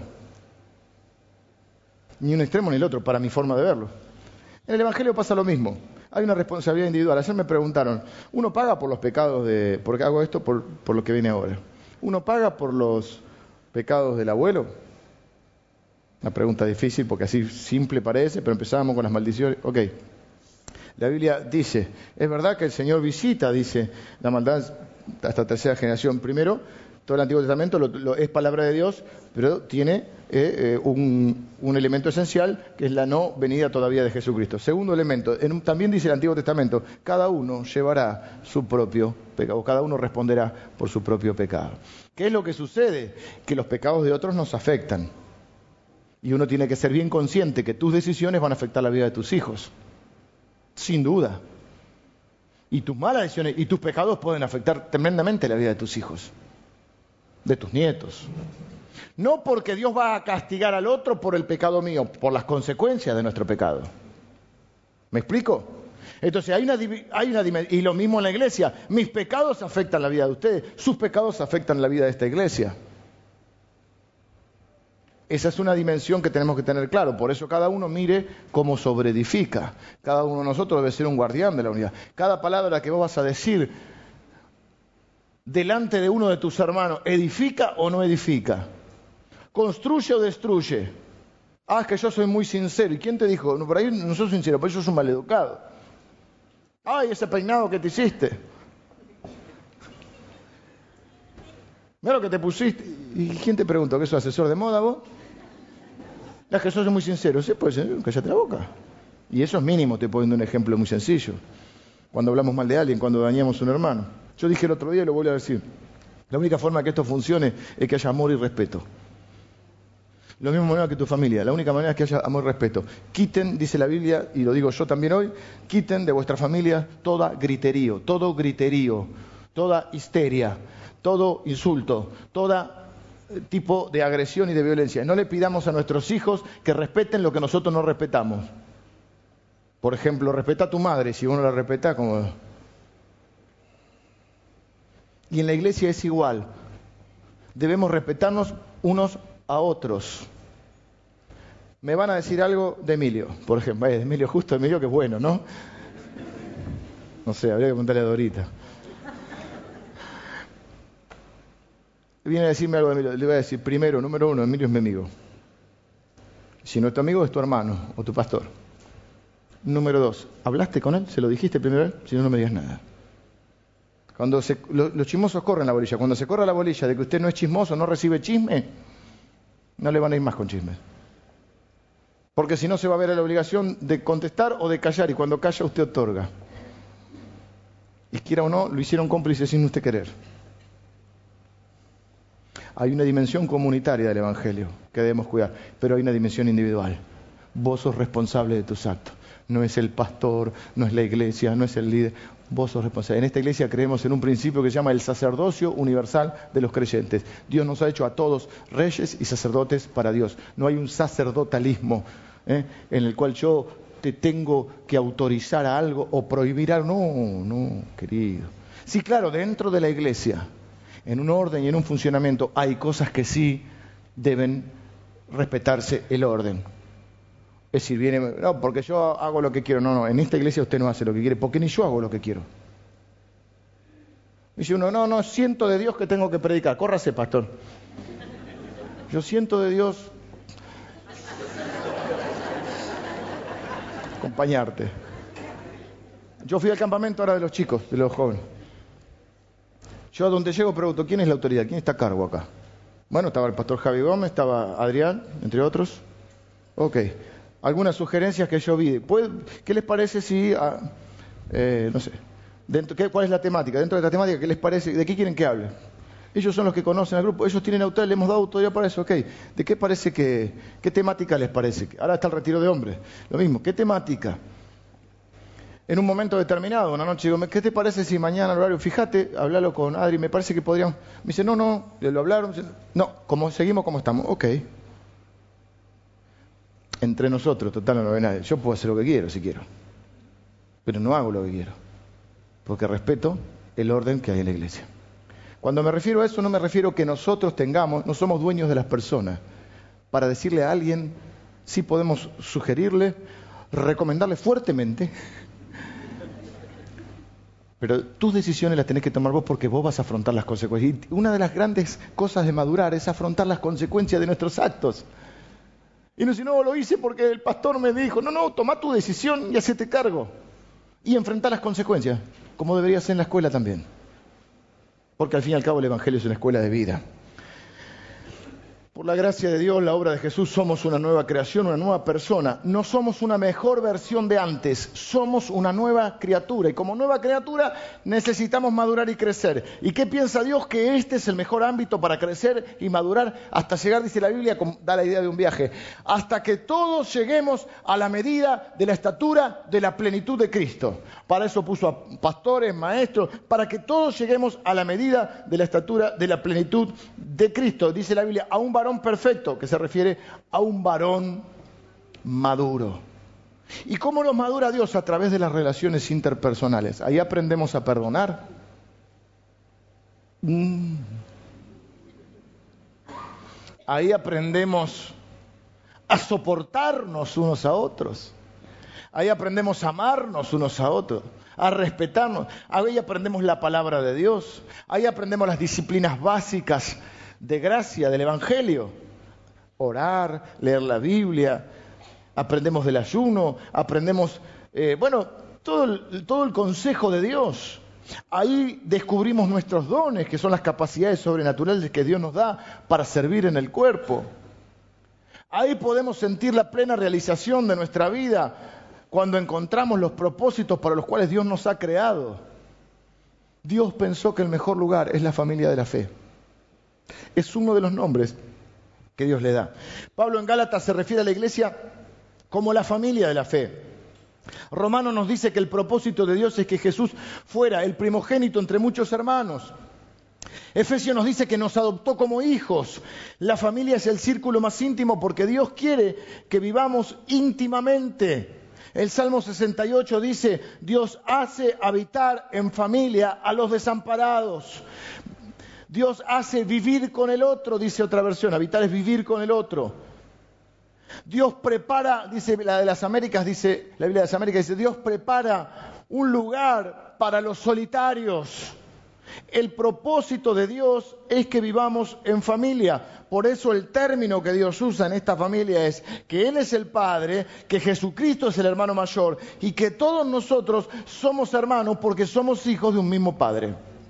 Ni un extremo ni el otro, para mi forma de verlo. En el Evangelio pasa lo mismo. Hay una responsabilidad individual. Ayer me preguntaron, ¿uno paga por los pecados de... ¿Por qué hago esto? Por, por lo que viene ahora. ¿Uno paga por los pecados del abuelo? Una pregunta difícil porque así simple parece, pero empezábamos con las maldiciones. Ok. La Biblia dice, es verdad que el Señor visita, dice, la maldad hasta tercera generación. Primero, todo el Antiguo Testamento lo, lo, es palabra de Dios, pero tiene eh, eh, un, un elemento esencial que es la no venida todavía de Jesucristo. Segundo elemento, en un, también dice el Antiguo Testamento, cada uno llevará su propio pecado, cada uno responderá por su propio pecado. ¿Qué es lo que sucede? Que los pecados de otros nos afectan. Y uno tiene que ser bien consciente que tus decisiones van a afectar la vida de tus hijos. Sin duda. Y tus malas decisiones y tus pecados pueden afectar tremendamente la vida de tus hijos, de tus nietos. No porque Dios va a castigar al otro por el pecado mío, por las consecuencias de nuestro pecado. ¿Me explico? Entonces hay una, hay una y lo mismo en la iglesia. Mis pecados afectan la vida de ustedes, sus pecados afectan la vida de esta iglesia. Esa es una dimensión que tenemos que tener claro. Por eso cada uno mire cómo sobreedifica. Cada uno de nosotros debe ser un guardián de la unidad. Cada palabra que vos vas a decir delante de uno de tus hermanos, ¿edifica o no edifica? ¿Construye o destruye? Ah, es que yo soy muy sincero. ¿Y quién te dijo? No, por ahí no sos sincero, por eso sos un maleducado. Ay, ese peinado que te hiciste. Mira lo que te pusiste. ¿Y quién te preguntó? ¿Que sos asesor de moda vos? Es que sos muy sincero. Sí, pues, cállate la boca. Y eso es mínimo, te poniendo un ejemplo muy sencillo. Cuando hablamos mal de alguien, cuando dañamos a un hermano. Yo dije el otro día y lo vuelvo a decir. La única forma que esto funcione es que haya amor y respeto. Lo mismo manera que tu familia. La única manera es que haya amor y respeto. Quiten, dice la Biblia, y lo digo yo también hoy, quiten de vuestra familia toda griterío, todo griterío, toda histeria, todo insulto, todo tipo de agresión y de violencia. No le pidamos a nuestros hijos que respeten lo que nosotros no respetamos. Por ejemplo, respeta a tu madre, si uno la respeta, como... Y en la iglesia es igual. debemos respetarnos unos a otros. Me van a decir algo de Emilio, por ejemplo. Eh, Emilio, justo Emilio, que es bueno, ¿no? No sé, habría que preguntarle a Dorita. Viene a decirme algo de Emilio. Le voy a decir, primero, número uno, Emilio es mi amigo. Si no es tu amigo, es tu hermano o tu pastor. Número dos, ¿hablaste con él? ¿Se lo dijiste primero? Si no, no me digas nada. Cuando se, lo, los chismosos corren la bolilla. Cuando se corre la bolilla de que usted no es chismoso, no recibe chisme, no le van a ir más con chismes. Porque si no, se va a ver a la obligación de contestar o de callar. Y cuando calla, usted otorga. Y quiera o no, lo hicieron cómplice sin usted querer. Hay una dimensión comunitaria del Evangelio que debemos cuidar, pero hay una dimensión individual. Vos sos responsable de tus actos. No es el pastor, no es la iglesia, no es el líder. Vos sos responsable. En esta iglesia creemos en un principio que se llama el sacerdocio universal de los creyentes. Dios nos ha hecho a todos reyes y sacerdotes para Dios. No hay un sacerdotalismo ¿eh? en el cual yo te tengo que autorizar a algo o prohibir algo. No, no, querido. Sí, claro, dentro de la iglesia, en un orden y en un funcionamiento, hay cosas que sí deben respetarse el orden. Es decir, viene, no, porque yo hago lo que quiero. No, no, en esta iglesia usted no hace lo que quiere, porque ni yo hago lo que quiero. Dice uno, no, no, siento de Dios que tengo que predicar. Córrase, pastor. Yo siento de Dios acompañarte. Yo fui al campamento ahora de los chicos, de los jóvenes. Yo a donde llego pregunto, ¿quién es la autoridad? ¿Quién está a cargo acá? Bueno, estaba el pastor Javi Gómez, estaba Adrián, entre otros. Ok. Algunas sugerencias que yo vi. ¿Qué les parece si, ah, eh, no sé, dentro, ¿qué, cuál es la temática? Dentro de la temática, ¿qué les parece? ¿De qué quieren que hable? Ellos son los que conocen al grupo, ellos tienen autoridad, le hemos dado autoridad para eso, ok. ¿De qué parece que, qué temática les parece? Ahora está el retiro de hombres, lo mismo, ¿qué temática? En un momento determinado, una noche, digo, ¿qué te parece si mañana al horario? Fíjate, hablalo con Adri, me parece que podrían... Me dice, no, no, lo hablaron, no, como seguimos como estamos, ok. Entre nosotros, total, no lo ve nadie. Yo puedo hacer lo que quiero, si quiero. Pero no hago lo que quiero. Porque respeto el orden que hay en la iglesia. Cuando me refiero a eso, no me refiero a que nosotros tengamos, no somos dueños de las personas. Para decirle a alguien, sí podemos sugerirle, recomendarle fuertemente. Pero tus decisiones las tenés que tomar vos porque vos vas a afrontar las consecuencias. Y una de las grandes cosas de madurar es afrontar las consecuencias de nuestros actos. Y no, si no, lo hice porque el pastor me dijo, no, no, toma tu decisión y hacete cargo. Y enfrentá las consecuencias, como debería ser en la escuela también. Porque al fin y al cabo el Evangelio es una escuela de vida. Por la gracia de Dios, la obra de Jesús, somos una nueva creación, una nueva persona. No somos una mejor versión de antes, somos una nueva criatura. Y como nueva criatura necesitamos madurar y crecer. ¿Y qué piensa Dios? Que este es el mejor ámbito para crecer y madurar hasta llegar, dice la Biblia, da la idea de un viaje, hasta que todos lleguemos a la medida de la estatura de la plenitud de Cristo. Para eso puso a pastores, maestros, para que todos lleguemos a la medida de la estatura de la plenitud de Cristo. Dice la Biblia, a un varón perfecto, que se refiere a un varón maduro. ¿Y cómo nos madura Dios? A través de las relaciones interpersonales. Ahí aprendemos a perdonar. Mm. Ahí aprendemos a soportarnos unos a otros. Ahí aprendemos a amarnos unos a otros, a respetarnos. Ahí aprendemos la palabra de Dios. Ahí aprendemos las disciplinas básicas de gracia del Evangelio. Orar, leer la Biblia, aprendemos del ayuno, aprendemos, eh, bueno, todo el, todo el consejo de Dios. Ahí descubrimos nuestros dones, que son las capacidades sobrenaturales que Dios nos da para servir en el cuerpo. Ahí podemos sentir la plena realización de nuestra vida cuando encontramos los propósitos para los cuales Dios nos ha creado. Dios pensó que el mejor lugar es la familia de la fe. Es uno de los nombres que Dios le da. Pablo en Gálatas se refiere a la iglesia como la familia de la fe. Romano nos dice que el propósito de Dios es que Jesús fuera el primogénito entre muchos hermanos. Efesios nos dice que nos adoptó como hijos. La familia es el círculo más íntimo porque Dios quiere que vivamos íntimamente. El Salmo sesenta y ocho dice, Dios hace habitar en familia a los desamparados. Dios hace vivir con el otro, dice otra versión. Habitar es vivir con el otro. Dios prepara, dice la de las Américas, dice la Biblia de las Américas, dice, Dios prepara un lugar para los solitarios. El propósito de Dios es que vivamos en familia. Por eso el término que Dios usa en esta familia es que Él es el Padre, que Jesucristo es el hermano mayor y que todos nosotros somos hermanos porque somos hijos de un mismo Padre.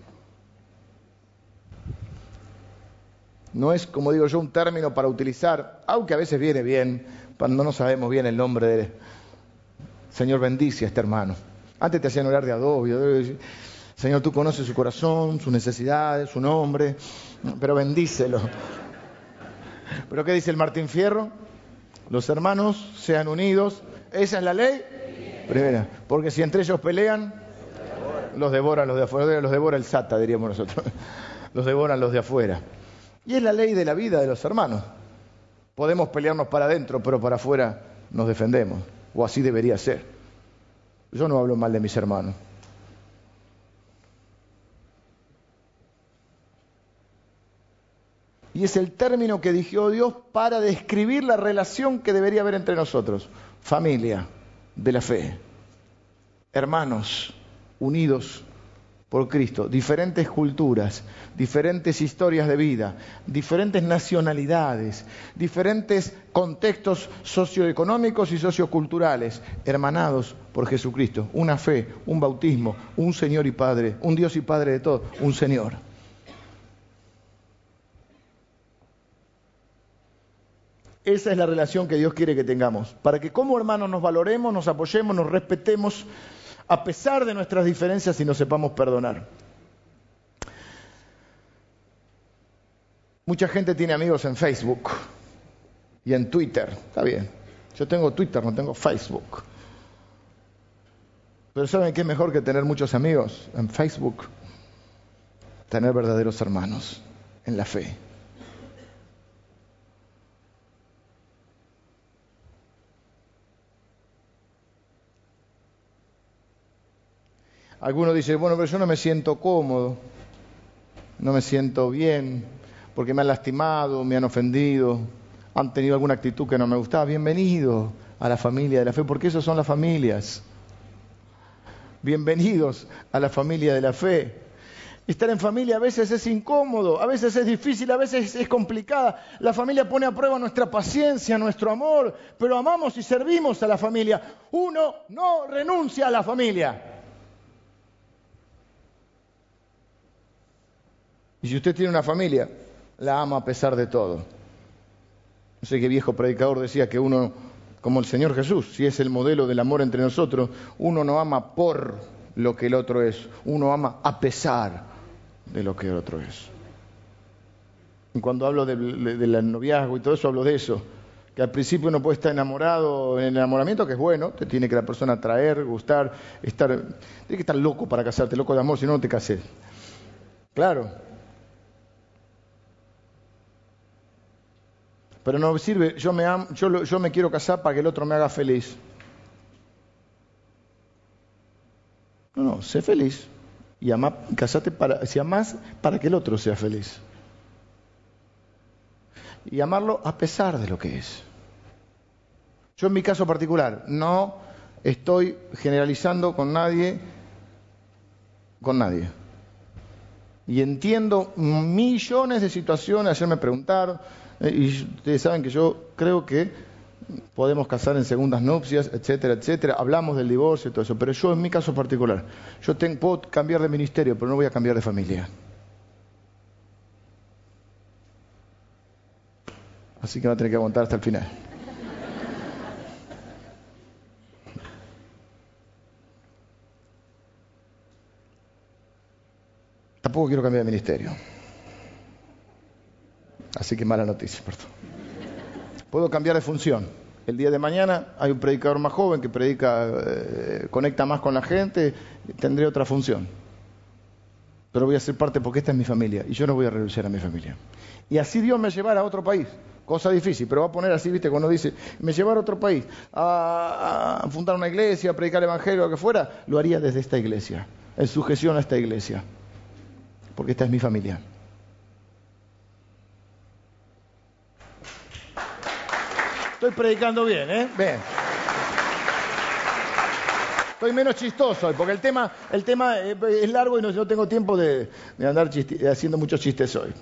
No es, como digo yo, un término para utilizar, aunque a veces viene bien, cuando no sabemos bien el nombre de Señor, bendice a este hermano. Antes te hacían orar de adobio. Señor, tú conoces su corazón, sus necesidades, su nombre, pero bendícelo. ¿Pero qué dice el Martín Fierro? Los hermanos sean unidos. ¿Esa es la ley? Primera. Porque si entre ellos pelean, los devoran los de afuera, los devora el Sata, diríamos nosotros. Los devoran los de afuera. Y es la ley de la vida de los hermanos. Podemos pelearnos para adentro, pero para afuera nos defendemos. O así debería ser. Yo no hablo mal de mis hermanos. Y es el término que eligió Dios para describir la relación que debería haber entre nosotros. Familia de la fe. Hermanos unidos por Cristo, diferentes culturas, diferentes historias de vida, diferentes nacionalidades, diferentes contextos socioeconómicos y socioculturales, hermanados por Jesucristo, una fe, un bautismo, un Señor y Padre, un Dios y Padre de todos, un Señor. Esa es la relación que Dios quiere que tengamos, para que como hermanos nos valoremos, nos apoyemos, nos respetemos, a pesar de nuestras diferencias y nos sepamos perdonar. Mucha gente tiene amigos en Facebook y en Twitter. Está bien. Yo tengo Twitter, no tengo Facebook. Pero ¿saben qué es mejor que tener muchos amigos en Facebook? Tener verdaderos hermanos en la fe. Algunos dicen, bueno, pero yo no me siento cómodo, no me siento bien, porque me han lastimado, me han ofendido, han tenido alguna actitud que no me gustaba. Bienvenido a la familia de la fe, porque esas son las familias. Bienvenidos a la familia de la fe. Estar en familia a veces es incómodo, a veces es difícil, a veces es complicada. La familia pone a prueba nuestra paciencia, nuestro amor, pero amamos y servimos a la familia. Uno no renuncia a la familia. Y si usted tiene una familia, la ama a pesar de todo. No sé qué viejo predicador decía que uno, como el Señor Jesús, si es el modelo del amor entre nosotros, uno no ama por lo que el otro es, uno ama a pesar de lo que el otro es. Y cuando hablo del de, de noviazgo y todo eso, hablo de eso, que al principio uno puede estar enamorado en el enamoramiento, que es bueno, te tiene que la persona atraer, gustar, estar, tiene que estar loco para casarte, loco de amor, si no, no te cases. Claro. Pero no sirve, yo me, am, yo, yo me quiero casar para que el otro me haga feliz. No, no, sé feliz. Y ama, casate para, si amás, para que el otro sea feliz. Y amarlo a pesar de lo que es. Yo en mi caso particular, no estoy generalizando con nadie, con nadie. Y entiendo millones de situaciones, ayer me preguntaron, y ustedes saben que yo creo que podemos casar en segundas nupcias, etcétera, etcétera. Hablamos del divorcio y todo eso, pero yo en mi caso particular, yo tengo, puedo cambiar de ministerio, pero no voy a cambiar de familia. Así que va a tener que aguantar hasta el final. Tampoco quiero cambiar de ministerio. Así que mala noticia, perdón. Puedo cambiar de función. El día de mañana hay un predicador más joven que predica, eh, conecta más con la gente, tendré otra función. Pero voy a ser parte porque esta es mi familia y yo no voy a renunciar a mi familia. Y así Dios me llevará a otro país. Cosa difícil, pero va a poner así, viste, cuando dice, me llevará a otro país, a, a fundar una iglesia, a predicar el evangelio, lo que fuera, lo haría desde esta iglesia, en sujeción a esta iglesia. Porque esta es mi familia. Estoy predicando bien, ¿eh? Bien. Estoy menos chistoso hoy, porque el tema, el tema es largo y no, no tengo tiempo de, de andar chisti- haciendo muchos chistes hoy.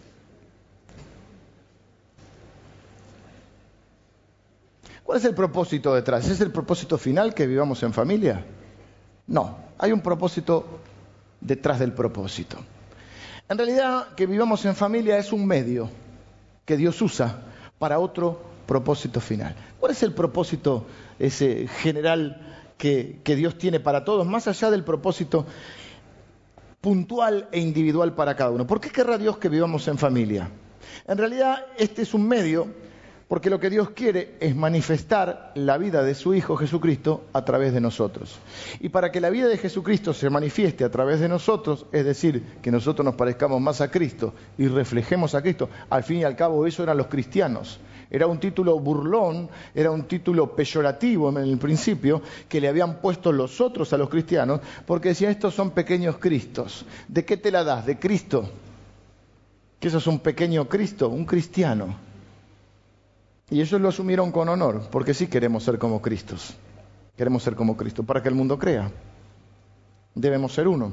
¿Cuál es el propósito detrás? ¿Es el propósito final que vivamos en familia? No, hay un propósito detrás del propósito. En realidad, que vivamos en familia es un medio que Dios usa para otro propósito final. ¿Cuál es el propósito ese general que, que Dios tiene para todos, más allá del propósito puntual e individual para cada uno? ¿Por qué querrá Dios que vivamos en familia? En realidad, este es un medio porque lo que Dios quiere es manifestar la vida de su Hijo Jesucristo a través de nosotros. Y para que la vida de Jesucristo se manifieste a través de nosotros, es decir, que nosotros nos parezcamos más a Cristo y reflejemos a Cristo, al fin y al cabo eso eran los cristianos. Era un título burlón, era un título peyorativo en el principio, que le habían puesto los otros a los cristianos, porque decían, estos son pequeños Cristos. ¿De qué te la das? ¿De Cristo? Que eso es un pequeño Cristo, un cristiano. Y ellos lo asumieron con honor, porque sí queremos ser como Cristos. Queremos ser como Cristo, para que el mundo crea. Debemos ser uno.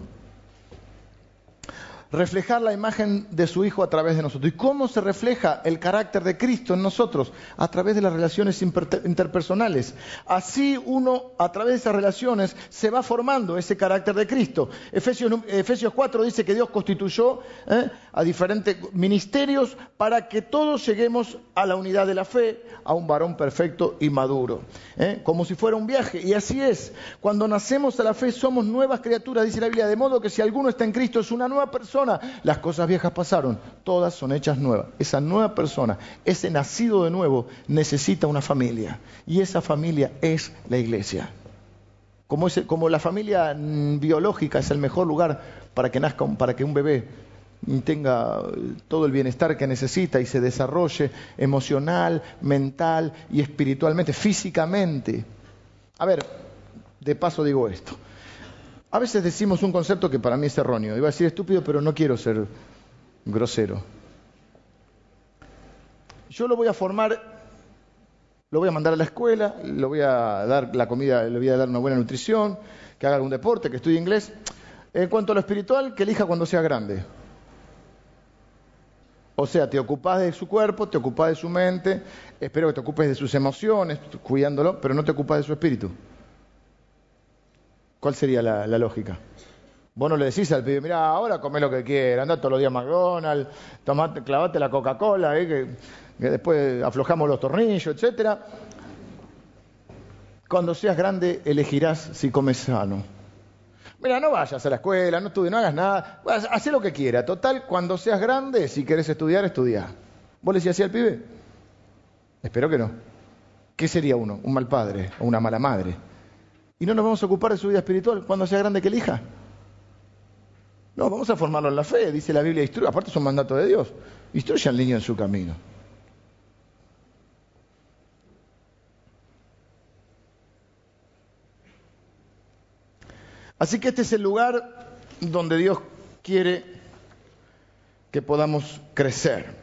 Reflejar la imagen de su Hijo a través de nosotros. ¿Y cómo se refleja el carácter de Cristo en nosotros? A través de las relaciones interpersonales. Así uno, a través de esas relaciones, se va formando ese carácter de Cristo. Efesios, Efesios cuatro dice que Dios constituyó ¿eh? a diferentes ministerios para que todos lleguemos a la unidad de la fe, a un varón perfecto y maduro. ¿eh? Como si fuera un viaje. Y así es. Cuando nacemos a la fe somos nuevas criaturas, dice la Biblia, de modo que si alguno está en Cristo es una nueva persona. Las cosas viejas pasaron, todas son hechas nuevas. Esa nueva persona, ese nacido de nuevo, necesita una familia. Y esa familia es la iglesia. Como, ese, como la familia biológica es el mejor lugar para que nazca, para que un bebé tenga todo el bienestar que necesita y se desarrolle emocional, mental y espiritualmente, físicamente. A ver, de paso digo esto. A veces decimos un concepto que para mí es erróneo. Iba a decir estúpido, pero no quiero ser grosero. Yo lo voy a formar, lo voy a mandar a la escuela, le voy a dar la comida, le voy a dar una buena nutrición, que haga algún deporte, que estudie inglés. En cuanto a lo espiritual, que elija cuando sea grande. O sea, te ocupás de su cuerpo, te ocupás de su mente, espero que te ocupes de sus emociones, cuidándolo, pero no te ocupás de su espíritu. ¿Cuál sería la, la lógica? Vos no le decís al pibe, mirá, ahora comé lo que quieras, andá todos los días a McDonald's, tomate, clavate la Coca-Cola, eh, que, que después aflojamos los tornillos, etcétera. Cuando seas grande elegirás si comes sano. Mira, no vayas a la escuela, no estudies, no hagas nada, haz lo que quieras. Total, cuando seas grande, si querés estudiar, estudiá. ¿Vos le decís así al pibe? Espero que no. ¿Qué sería uno? ¿Un mal padre o una mala madre? ¿Y no nos vamos a ocupar de su vida espiritual cuando sea grande que elija? No, vamos a formarlo en la fe, dice la Biblia, instruye, aparte es un mandato de Dios. Instruye al niño en su camino. Así que este es el lugar donde Dios quiere que podamos crecer.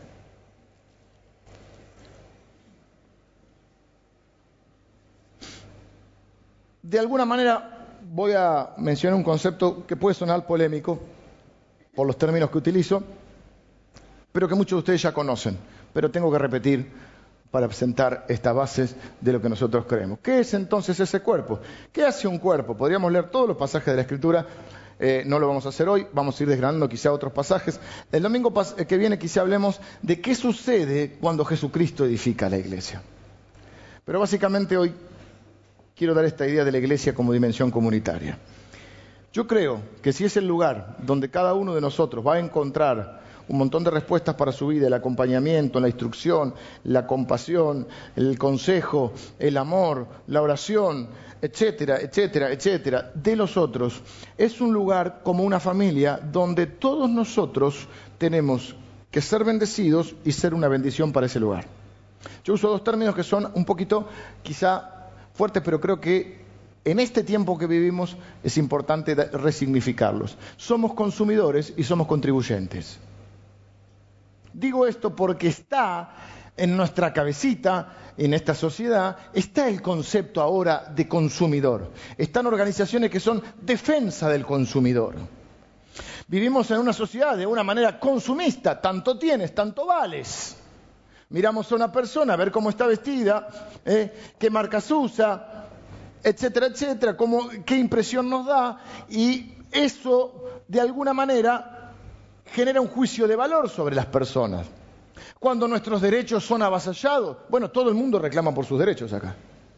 De alguna manera voy a mencionar un concepto que puede sonar polémico por los términos que utilizo, pero que muchos de ustedes ya conocen, pero tengo que repetir para presentar estas bases de lo que nosotros creemos. ¿Qué es entonces ese cuerpo? ¿Qué hace un cuerpo? Podríamos leer todos los pasajes de la Escritura, eh, no lo vamos a hacer hoy, vamos a ir desgranando quizá otros pasajes. El domingo que viene quizá hablemos de qué sucede cuando Jesucristo edifica la iglesia. Pero básicamente hoy quiero dar esta idea de la iglesia como dimensión comunitaria. Yo creo que si es el lugar donde cada uno de nosotros va a encontrar un montón de respuestas para su vida, el acompañamiento, la instrucción, la compasión, el consejo, el amor, la oración, etcétera, etcétera, etcétera, de los otros, es un lugar como una familia donde todos nosotros tenemos que ser bendecidos y ser una bendición para ese lugar. Yo uso dos términos que son un poquito quizá fuertes, pero creo que en este tiempo que vivimos es importante resignificarlos. Somos consumidores y somos contribuyentes. Digo esto porque está En nuestra cabecita, en esta sociedad, está el concepto ahora de consumidor. Están organizaciones que son defensa del consumidor. Vivimos en una sociedad de una manera consumista, tanto tienes, tanto vales. Miramos a una persona, a ver cómo está vestida, ¿eh? qué marcas usa, etcétera, etcétera, cómo, qué impresión nos da, y eso, de alguna manera, genera un juicio de valor sobre las personas. Cuando nuestros derechos son avasallados, bueno, todo el mundo reclama por sus derechos acá.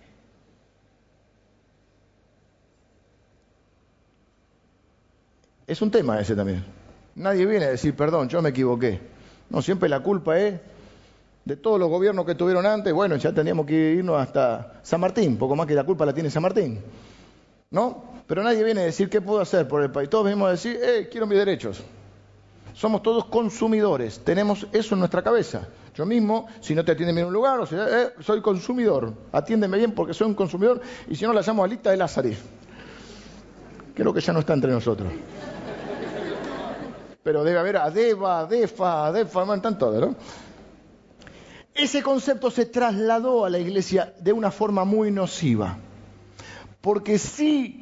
Es un tema ese también. Nadie viene a decir, perdón, yo me equivoqué. No, siempre la culpa es de todos los gobiernos que tuvieron antes. Bueno, ya teníamos que irnos hasta San Martín, poco más que la culpa la tiene San Martín. ¿No? Pero nadie viene a decir qué puedo hacer por el país. Todos venimos a decir, eh, quiero mis derechos. Somos todos consumidores, tenemos eso en nuestra cabeza. Yo mismo, si no te atienden bien en un lugar, o sea, eh, soy consumidor, atiéndeme bien porque soy un consumidor, y si no la llamo Alita de Lázari. Creo que ya no está entre nosotros. Pero debe haber Adeva, Adefa, Adefa, están todos, ¿no? Ese concepto se trasladó a la iglesia de una forma muy nociva. Porque sí,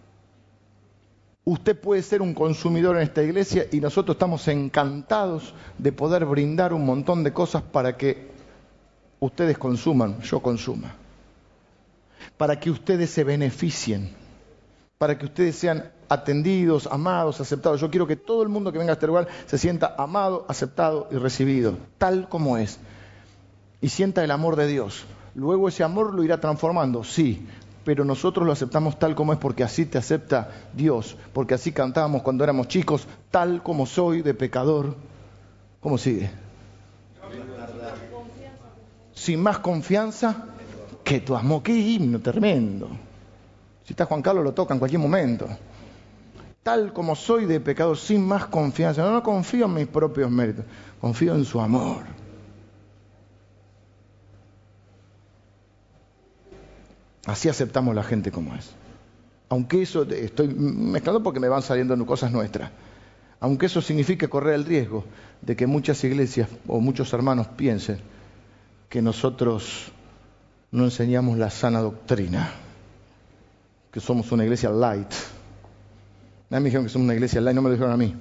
usted puede ser un consumidor en esta iglesia y nosotros estamos encantados de poder brindar un montón de cosas para que ustedes consuman, yo consuma. Para que ustedes se beneficien. Para que ustedes sean atendidos, amados, aceptados. Yo quiero que todo el mundo que venga a este lugar se sienta amado, aceptado y recibido, tal como es. Y sienta el amor de Dios. Luego ese amor lo irá transformando, sí. Pero nosotros lo aceptamos tal como es porque así te acepta Dios, porque así cantábamos cuando éramos chicos, tal como soy de pecador. ¿Cómo sigue? Sin más confianza que tu amor. Qué himno tremendo. Si está Juan Carlos lo toca en cualquier momento. Tal como soy de pecador, sin más confianza. No, no confío en mis propios méritos, confío en su amor. Así aceptamos la gente como es. Aunque eso, estoy mezclando porque me van saliendo cosas nuestras. Aunque eso signifique correr el riesgo de que muchas iglesias o muchos hermanos piensen que nosotros no enseñamos la sana doctrina. Que somos una iglesia light. Nadie me dijeron que somos una iglesia light, no me lo dijeron a mí.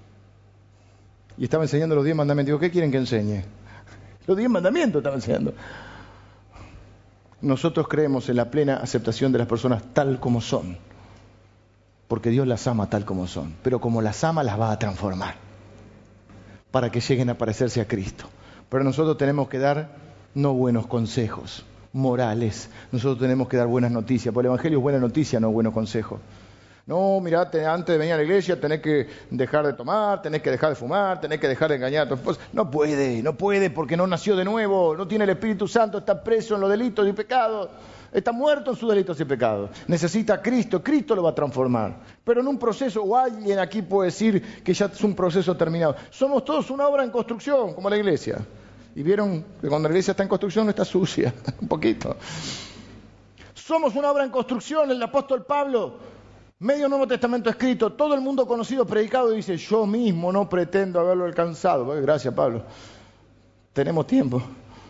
Y estaba enseñando los diez mandamientos. Digo, ¿qué quieren que enseñe? Los diez mandamientos estaba enseñando. Nosotros creemos en la plena aceptación de las personas tal como son, porque Dios las ama tal como son, pero como las ama las va a transformar, para que lleguen a parecerse a Cristo. Pero nosotros tenemos que dar no buenos consejos morales, nosotros tenemos que dar buenas noticias, porque el Evangelio es buena noticia, no buenos consejos. No, mirá, antes de venir a la iglesia tenés que dejar de tomar, tenés que dejar de fumar, tenés que dejar de engañar a tu esposa. No puede, no puede porque no nació de nuevo, no tiene el Espíritu Santo, está preso en los delitos y pecados, está muerto en sus delitos y pecados. Necesita a Cristo, Cristo lo va a transformar. Pero en un proceso, o alguien aquí puede decir que ya es un proceso terminado. Somos todos una obra en construcción, como la iglesia. Y vieron que cuando la iglesia está en construcción no está sucia, un poquito. Somos una obra en construcción, el apóstol Pablo... Medio Nuevo Testamento escrito, todo el mundo conocido, predicado, dice, yo mismo no pretendo haberlo alcanzado. Gracias, Pablo. Tenemos tiempo.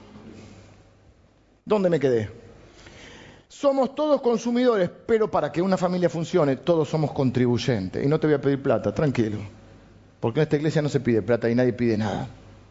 ¿Dónde me quedé? Somos todos consumidores, pero para que una familia funcione, todos somos contribuyentes. Y no te voy a pedir plata, tranquilo. Porque en esta iglesia no se pide plata y nadie pide nada.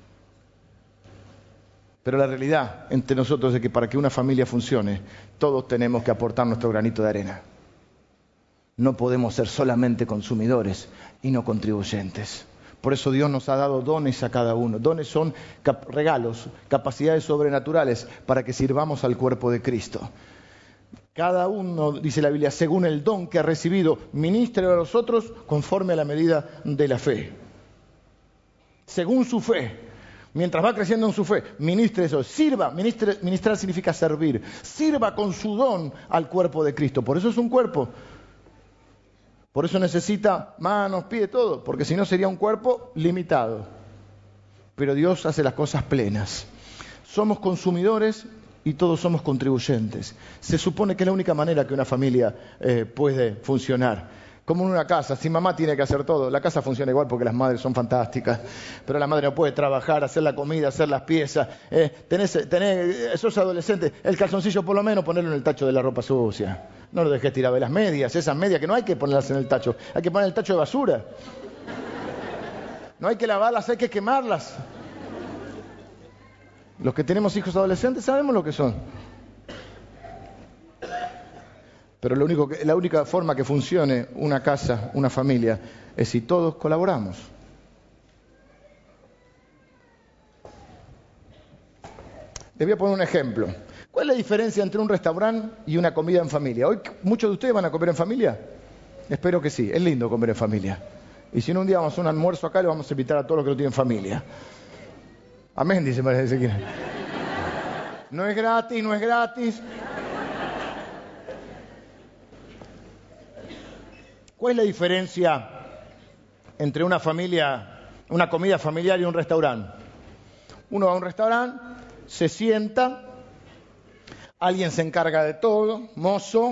Pero la realidad entre nosotros es que para que una familia funcione, todos tenemos que aportar nuestro granito de arena. No podemos ser solamente consumidores y no contribuyentes. Por eso Dios nos ha dado dones a cada uno. Dones son cap- regalos, capacidades sobrenaturales para que sirvamos al cuerpo de Cristo. Cada uno, dice la Biblia, según el don que ha recibido, ministre a los otros conforme a la medida de la fe. Según su fe. Mientras va creciendo en su fe, ministre eso. Sirva, ministre, ministrar significa servir. Sirva con su don al cuerpo de Cristo. Por eso es un cuerpo. Por eso necesita manos, pies, todo, porque si no sería un cuerpo limitado. Pero Dios hace las cosas plenas. Somos consumidores y todos somos contribuyentes. Se supone que es la única manera que una familia eh, puede funcionar. Como en una casa, si mamá tiene que hacer todo, la casa funciona igual porque las madres son fantásticas, pero la madre no puede trabajar, hacer la comida, hacer las piezas, eh, tenés, tenés, sos adolescente, el calzoncillo por lo menos ponerlo en el tacho de la ropa sucia, no lo dejes tirado de las medias, esas medias que no hay que ponerlas en el tacho, hay que poner en el tacho de basura, no hay que lavarlas, hay que quemarlas. Los que tenemos hijos adolescentes sabemos lo que son. Pero lo único que, la única forma que funcione una casa, una familia, es si todos colaboramos. Les voy a poner un ejemplo. ¿Cuál es la diferencia entre un restaurante y una comida en familia? Hoy muchos de ustedes van a comer en familia. Espero que sí, es lindo comer en familia. Y si no, un día vamos a un almuerzo acá, le vamos a invitar a todos los que no tienen familia. Amén, dice María Ezequiel. No es gratis, no es gratis. ¿Cuál es la diferencia entre una familia, una comida familiar y un restaurante? Uno va a un restaurante, se sienta, alguien se encarga de todo, mozo.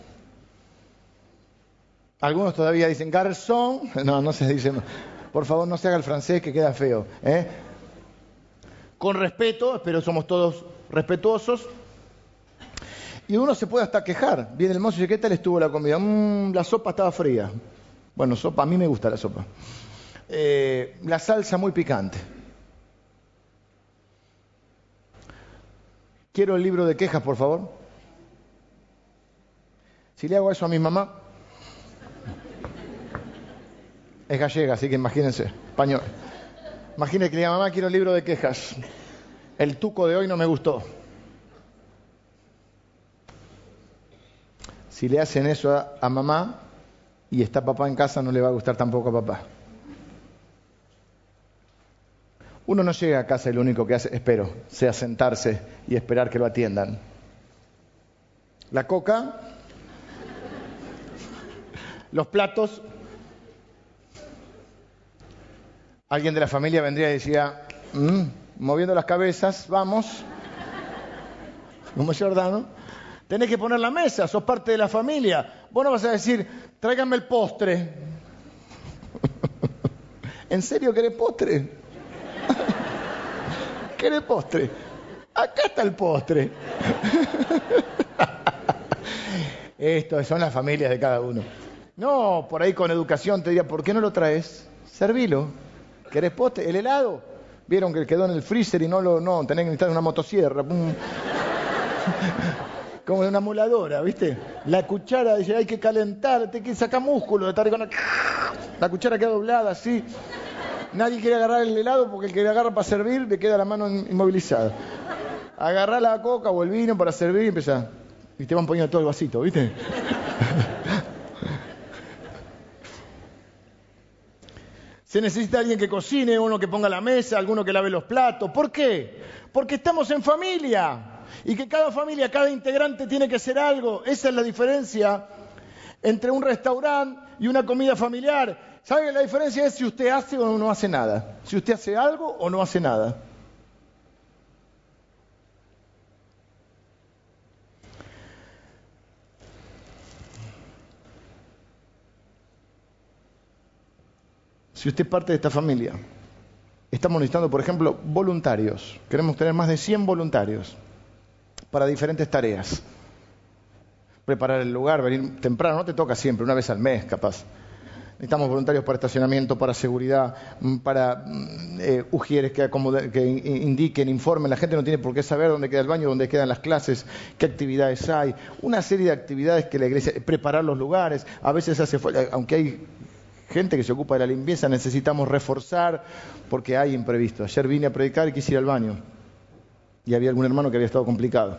Algunos todavía dicen garzón. No, no se dice. Por favor, no se haga el francés que queda feo, ¿eh? Con respeto, espero somos todos respetuosos. Y uno se puede hasta quejar. Viene el mozo y dice, ¿qué tal estuvo la comida? Mmm, la sopa estaba fría. Bueno, sopa, a mí me gusta la sopa. Eh, la salsa muy picante. Quiero el libro de quejas, por favor. Si le hago eso a mi mamá, es gallega, así que imagínense, español. Imagínense que le diga, mamá, quiero el libro de quejas. El tuco de hoy no me gustó. Si le hacen eso a, a mamá y está papá en casa, no le va a gustar tampoco a papá. Uno no llega a casa y lo único que hace, espero, sea sentarse y esperar que lo atiendan. La coca, los platos. Alguien de la familia vendría y decía, mmm, moviendo las cabezas, vamos, como Giordano. Tenés que poner la mesa, sos parte de la familia. Vos no vas a decir, tráiganme el postre. ¿En serio querés postre? ¿Querés postre? Acá está el postre. Estas son las familias de cada uno. No, por ahí con educación te diría, ¿por qué no lo traes? Servilo. ¿Querés postre? ¿El helado? Vieron que quedó en el freezer y no lo... No, tenés que necesitar una motosierra. Como de una amuladora, ¿viste? La cuchara dice, hay que calentar, hay que sacar músculo. De con... La cuchara queda doblada, así. Nadie quiere agarrar el helado porque el que le agarra para servir le queda la mano inmovilizada. Agarrá la coca o el vino para servir y empezá. Y te van poniendo todo el vasito, ¿viste? Se necesita alguien que cocine, uno que ponga la mesa, alguno que lave los platos. ¿Por qué? Porque estamos en familia. Y que cada familia, cada integrante tiene que hacer algo. Esa es la diferencia entre un restaurante y una comida familiar. ¿Sabe? La diferencia es si usted hace o no hace nada. Si usted hace algo o no hace nada. Si usted es parte de esta familia, estamos necesitando, por ejemplo, voluntarios. Queremos tener más de cien voluntarios para diferentes tareas. Preparar el lugar, venir temprano, no te toca siempre, una vez al mes capaz. Necesitamos voluntarios para estacionamiento, para seguridad, para eh, ujieres que, que indiquen, informen. La gente no tiene por qué saber dónde queda el baño, dónde quedan las clases, qué actividades hay. Una serie de actividades que la iglesia... Preparar los lugares. A veces hace falta, aunque hay gente que se ocupa de la limpieza, necesitamos reforzar porque hay imprevisto. Ayer vine a predicar y quise ir al baño. Y había algún hermano que había estado complicado.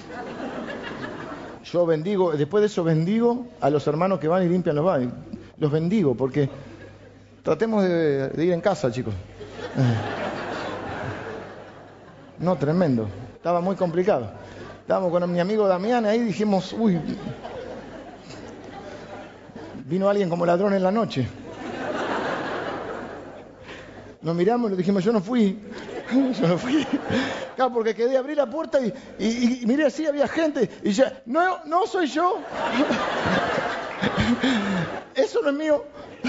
Yo bendigo, después de eso bendigo a los hermanos que van y limpian los baños. Los bendigo porque tratemos de, de ir en casa, chicos. No, tremendo. Estaba muy complicado. Estábamos con mi amigo Damián ahí y dijimos, uy, vino alguien como ladrón en la noche. Nos miramos y le dijimos, yo no fui. Yo no fui. Claro, porque quedé, abrí la puerta y, y, y miré así, había gente. Y ya, no, no soy yo. Eso no es mío.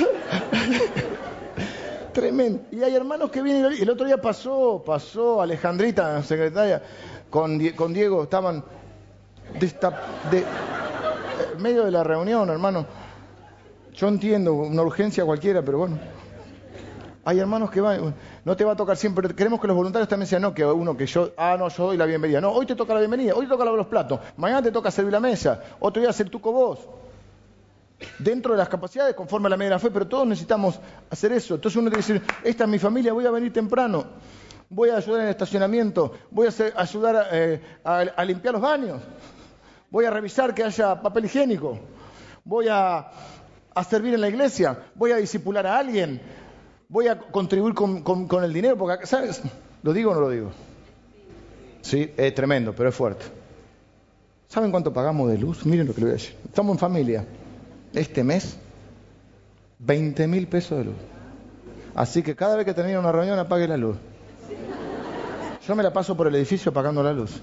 Tremendo. Y hay hermanos que vienen. El otro día pasó, pasó Alejandrita, secretaria, con, con Diego, estaban de esta, de, en medio de la reunión, hermano. Yo entiendo, una urgencia cualquiera, pero bueno. Hay hermanos que van, no te va a tocar siempre. Queremos que los voluntarios también sean, no que uno que yo, ah, no, yo doy la bienvenida. No, hoy te toca la bienvenida, hoy te toca lavar los platos, mañana te toca servir la mesa, otro día hacer tuco vos. Dentro de las capacidades, conforme a la medida de la fe, pero todos necesitamos hacer eso. Entonces uno tiene que decir, esta es mi familia, voy a venir temprano, voy a ayudar en el estacionamiento, voy a hacer, ayudar a, eh, a, a limpiar los baños, voy a revisar que haya papel higiénico, voy a, a servir en la iglesia, voy a discipular a alguien, voy a contribuir con, con, con el dinero, porque, ¿sabes? ¿Lo digo o no lo digo? Sí, es tremendo, pero es fuerte. ¿Saben cuánto pagamos de luz? Miren lo que le voy a decir. Estamos en familia. Este mes, veinte mil pesos de luz. Así que cada vez que termine una reunión, apague la luz. Yo me la paso por el edificio apagando la luz.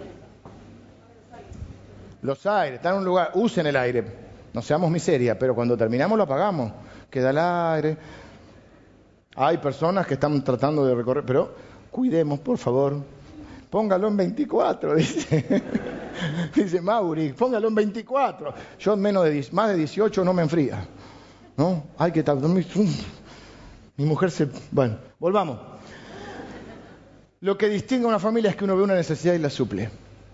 Los aires, están en un lugar, usen el aire. No seamos miseria, pero cuando terminamos lo apagamos. Queda el aire. Hay personas que están tratando de recorrer, pero cuidemos, por favor. Póngalo en veinticuatro, dice. Dice Mauri, póngalo en veinticuatro. Yo en menos de diez, más de dieciocho no me enfría. ¿No? Hay que estar. Mi mujer se. Bueno, volvamos. Lo que distingue a una familia es que uno ve una necesidad y la suple.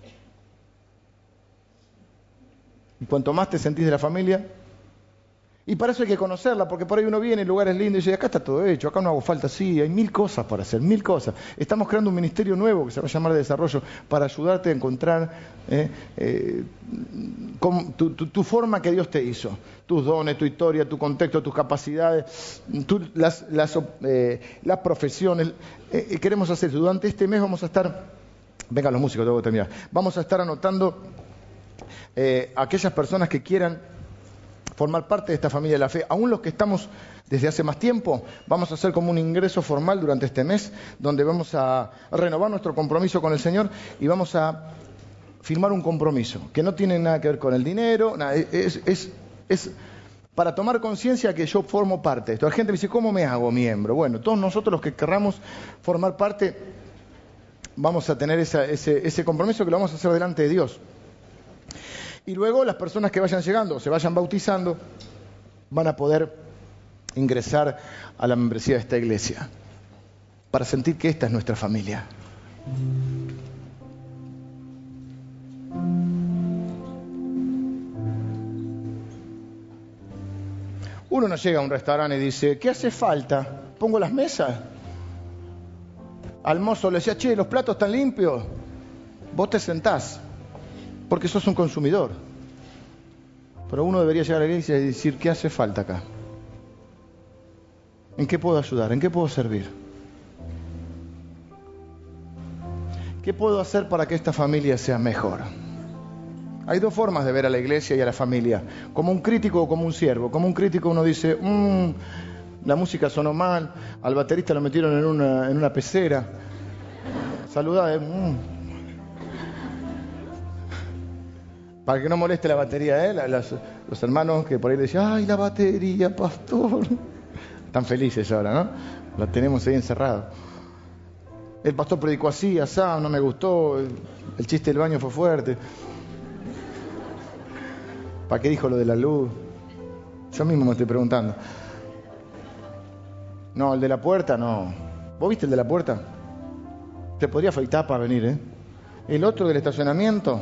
Y cuanto más te sentís de la familia, y para eso hay que conocerla, porque por ahí uno viene en lugares lindos y dice, acá está todo hecho, acá no hago falta, sí, hay mil cosas para hacer, mil cosas. Estamos creando un ministerio nuevo que se va a llamar de desarrollo para ayudarte a encontrar eh, eh, con, tu, tu, tu forma que Dios te hizo, tus dones, tu historia, tu contexto, tus capacidades, tu, las, las, eh, las profesiones. Eh, queremos hacer eso. Durante este mes vamos a estar, vengan los músicos, tengo que terminar, vamos a estar anotando eh, aquellas personas que quieran formar parte de esta familia de la fe. Aún los que estamos desde hace más tiempo, vamos a hacer como un ingreso formal durante este mes, donde vamos a renovar nuestro compromiso con el Señor y vamos a firmar un compromiso que no tiene nada que ver con el dinero, nada, es, es, es para tomar conciencia que yo formo parte de esto. La gente me dice, ¿cómo me hago miembro? Bueno, todos nosotros los que querramos formar parte, vamos a tener esa, ese, ese compromiso que lo vamos a hacer delante de Dios. Y luego las personas que vayan llegando o se vayan bautizando van a poder ingresar a la membresía de esta iglesia para sentir que esta es nuestra familia. Uno no llega a un restaurante y dice, ¿qué hace falta? ¿Pongo las mesas? Al mozo le decía, che, ¿los platos están limpios? Vos te sentás. Porque sos un consumidor. Pero uno debería llegar a la iglesia y decir, ¿qué hace falta acá? ¿En qué puedo ayudar? ¿En qué puedo servir? ¿Qué puedo hacer para que esta familia sea mejor? Hay dos formas de ver a la iglesia y a la familia. Como un crítico o como un siervo. Como un crítico uno dice, mmm, la música sonó mal, al baterista lo metieron en una, en una pecera. Saludá, eh, mmm. Para que no moleste la batería, ¿eh? Las, los hermanos que por ahí le decían, ¡ay, la batería, pastor! Están felices ahora, ¿no? La tenemos ahí encerrada. El pastor predicó así, asá, no me gustó, el, el chiste del baño fue fuerte. ¿Para qué dijo lo de la luz? Yo mismo me estoy preguntando. No, el de la puerta, no. ¿Vos viste el de la puerta? Te podría afeitar para venir, ¿eh? El otro del estacionamiento...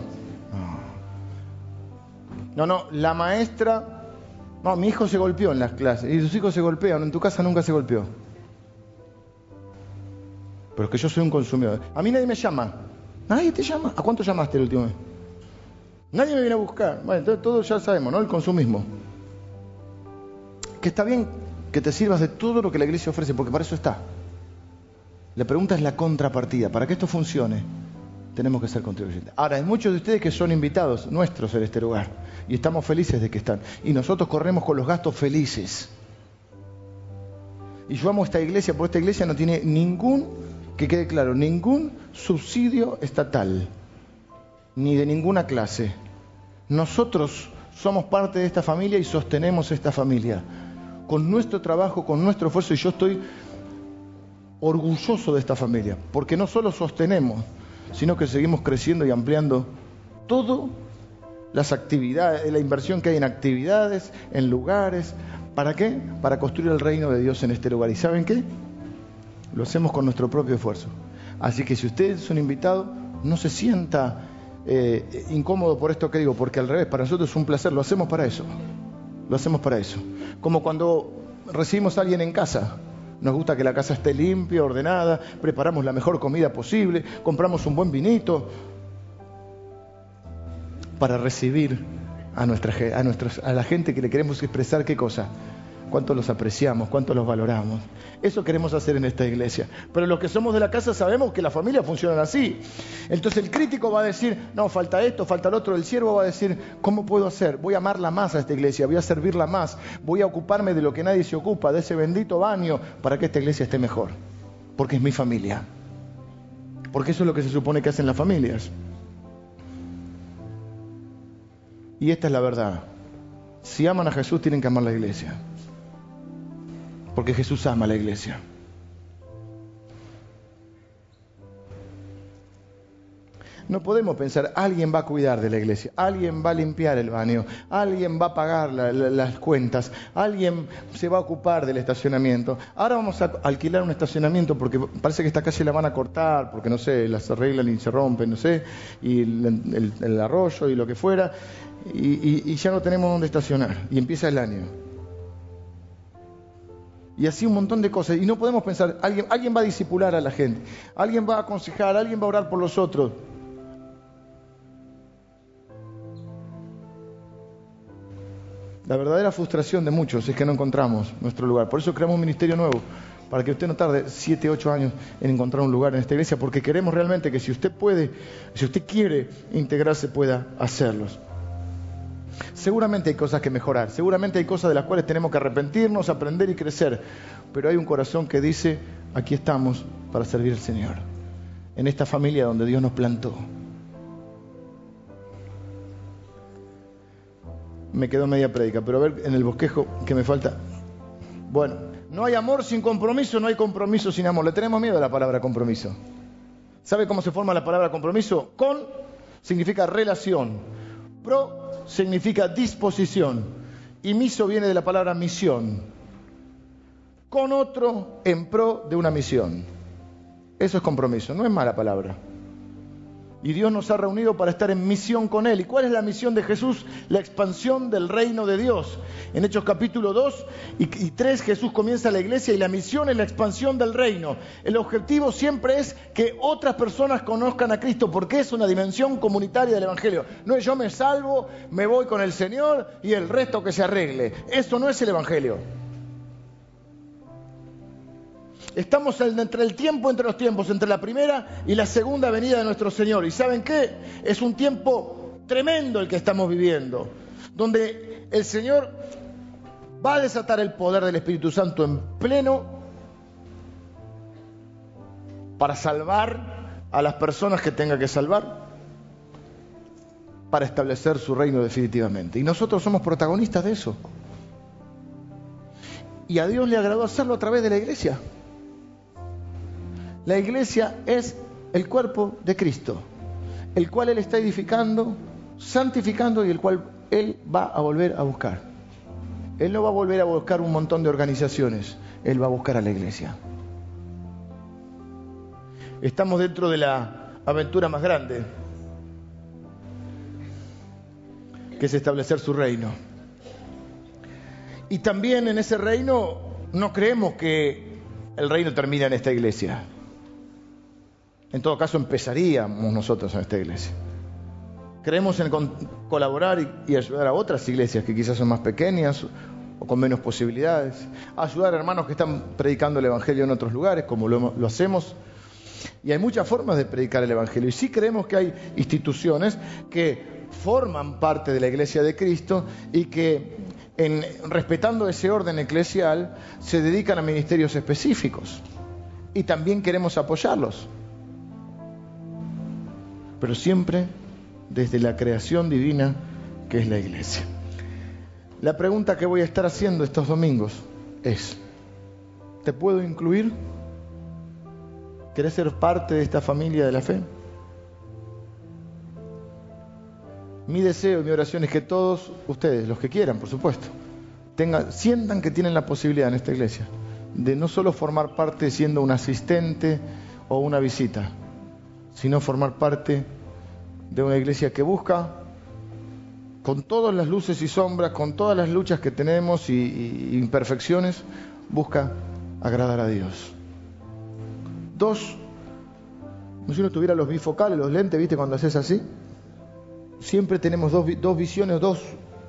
No, no, la maestra... No, mi hijo se golpeó en las clases. Y sus hijos se golpean. En tu casa nunca se golpeó. Pero es que yo soy un consumidor. A mí nadie me llama. Nadie te llama. ¿A cuánto llamaste el último mes? Nadie me viene a buscar. Bueno, entonces todos ya sabemos, ¿no? El consumismo. Que está bien que te sirvas de todo lo que la iglesia ofrece, porque para eso está. La pregunta es la contrapartida. Para que esto funcione, tenemos que ser contribuyentes. Ahora, hay muchos de ustedes que son invitados nuestros en este lugar y estamos felices de que están. Y nosotros corremos con los gastos felices. Y yo amo esta iglesia, porque esta iglesia no tiene ningún, que quede claro, ningún subsidio estatal, ni de ninguna clase. Nosotros somos parte de esta familia y sostenemos esta familia. Con nuestro trabajo, con nuestro esfuerzo, y yo estoy orgulloso de esta familia, porque no solo sostenemos, sino que seguimos creciendo y ampliando todo las actividades, la inversión que hay en actividades, en lugares. ¿Para qué? Para construir el reino de Dios en este lugar. ¿Y saben qué? Lo hacemos con nuestro propio esfuerzo. Así que si usted es un invitado, no se sienta eh, incómodo por esto que digo, porque al revés, para nosotros es un placer, lo hacemos para eso. Lo hacemos para eso. Como cuando recibimos a alguien en casa. Nos gusta que la casa esté limpia, ordenada, preparamos la mejor comida posible, compramos un buen vinito para recibir a, nuestra, a, nuestros, a la gente que le queremos expresar qué cosa, cuánto los apreciamos, cuánto los valoramos. Eso queremos hacer en esta iglesia. Pero los que somos de la casa sabemos que las familias funcionan así. Entonces el crítico va a decir, no, falta esto, falta lo otro. El siervo va a decir, ¿cómo puedo hacer? Voy a amarla más a esta iglesia, voy a servirla más, voy a ocuparme de lo que nadie se ocupa, de ese bendito baño, para que esta iglesia esté mejor. Porque es mi familia. Porque eso es lo que se supone que hacen las familias. Y esta es la verdad. Si aman a Jesús, tienen que amar la iglesia. Porque Jesús ama a la iglesia. No podemos pensar, alguien va a cuidar de la iglesia, alguien va a limpiar el baño, alguien va a pagar la, la, las cuentas, alguien se va a ocupar del estacionamiento. Ahora vamos a alquilar un estacionamiento porque parece que esta calle la van a cortar, porque no sé, las arreglan y se rompen, no sé, y el, el, el arroyo y lo que fuera, y, y, y ya no tenemos dónde estacionar, y empieza el año. Y así un montón de cosas. Y no podemos pensar, alguien, alguien va a discipular a la gente, alguien va a aconsejar, alguien va a orar por los otros. La verdadera frustración de muchos es que no encontramos nuestro lugar. Por eso creamos un ministerio nuevo, para que usted no tarde siete, ocho años en encontrar un lugar en esta iglesia, porque queremos realmente que si usted puede, si usted quiere integrarse, pueda hacerlos. Seguramente hay cosas que mejorar, seguramente hay cosas de las cuales tenemos que arrepentirnos, aprender y crecer, pero hay un corazón que dice, aquí estamos para servir al Señor, en esta familia donde Dios nos plantó. Me quedó media prédica, pero a ver en el bosquejo que me falta. Bueno, no hay amor sin compromiso, no hay compromiso sin amor. Le tenemos miedo a la palabra compromiso. ¿Sabe cómo se forma la palabra compromiso? Con significa relación, pro significa disposición y miso viene de la palabra misión. Con otro en pro de una misión. Eso es compromiso, no es mala palabra. Y Dios nos ha reunido para estar en misión con Él. ¿Y cuál es la misión de Jesús? La expansión del reino de Dios. En Hechos capítulo dos y, y tres Jesús comienza la iglesia y la misión es la expansión del reino. El objetivo siempre es que otras personas conozcan a Cristo, porque es una dimensión comunitaria del Evangelio. No es yo me salvo, me voy con el Señor y el resto que se arregle. Eso no es el Evangelio. Estamos entre el tiempo, entre los tiempos, entre la primera y la segunda venida de nuestro Señor. ¿Y saben qué? Es un tiempo tremendo el que estamos viviendo, donde el Señor va a desatar el poder del Espíritu Santo en pleno para salvar a las personas que tenga que salvar, para establecer su reino definitivamente. Y nosotros somos protagonistas de eso. Y a Dios le agradó hacerlo a través de la iglesia. La iglesia es el cuerpo de Cristo, el cual Él está edificando, santificando y el cual Él va a volver a buscar. Él no va a volver a buscar un montón de organizaciones, Él va a buscar a la iglesia. Estamos dentro de la aventura más grande, que es establecer su reino. Y también en ese reino no creemos que el reino termina en esta iglesia. En todo caso empezaríamos nosotros en esta iglesia. Creemos en con- colaborar y, y ayudar a otras iglesias que quizás son más pequeñas o con menos posibilidades. Ayudar a hermanos que están predicando el Evangelio en otros lugares, como lo, lo hacemos. Y hay muchas formas de predicar el Evangelio. Y sí creemos que hay instituciones que forman parte de la iglesia de Cristo y que, en, respetando ese orden eclesial, se dedican a ministerios específicos. Y también queremos apoyarlos. Pero siempre desde la creación divina que es la iglesia. La pregunta que voy a estar haciendo estos domingos es, ¿te puedo incluir? ¿Querés ser parte de esta familia de la fe? Mi deseo y mi oración es que todos ustedes, los que quieran, por supuesto, tengan, sientan que tienen la posibilidad en esta iglesia de no solo formar parte siendo un asistente o una visita, sino formar parte de una iglesia que busca, con todas las luces y sombras, con todas las luchas que tenemos y, y, y imperfecciones, busca agradar a Dios. Dos, no si uno tuviera los bifocales, los lentes, ¿viste? Cuando haces así, siempre tenemos dos, dos visiones, dos,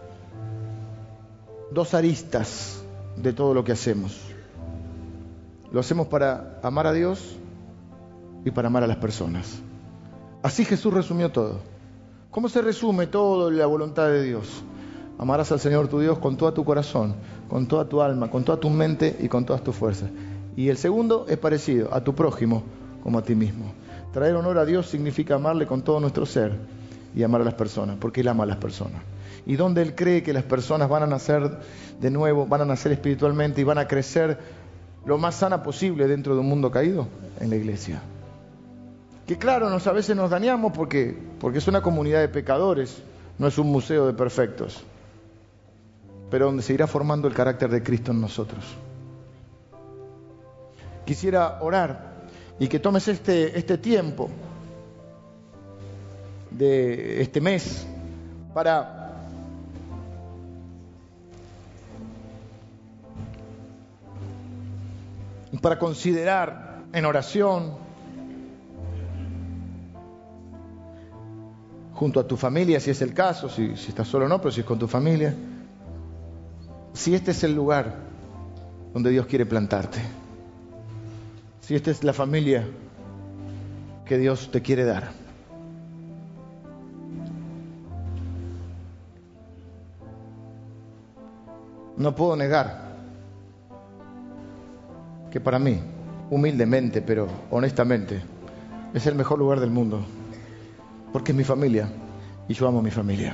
dos aristas de todo lo que hacemos. Lo hacemos para amar a Dios y para amar a las personas. Así Jesús resumió todo. ¿Cómo se resume todo la voluntad de Dios? Amarás al Señor tu Dios con todo tu corazón, con toda tu alma, con toda tu mente y con todas tus fuerzas. Y el segundo es parecido, a tu prójimo como a ti mismo. Traer honor a Dios significa amarle con todo nuestro ser y amar a las personas, porque Él ama a las personas. Y donde Él cree que las personas van a nacer de nuevo, van a nacer espiritualmente y van a crecer lo más sana posible dentro de un mundo caído, en la iglesia. Que claro, nos, a veces nos dañamos porque, porque es una comunidad de pecadores, no es un museo de perfectos, pero donde se irá formando el carácter de Cristo en nosotros. Quisiera orar y que tomes este, este tiempo de este mes para para considerar en oración junto a tu familia, si es el caso, si, si estás solo o no, pero si es con tu familia, si este es el lugar donde Dios quiere plantarte, si esta es la familia que Dios te quiere dar. No puedo negar que para mí, humildemente, pero honestamente, es el mejor lugar del mundo, porque es mi familia y yo amo a mi familia.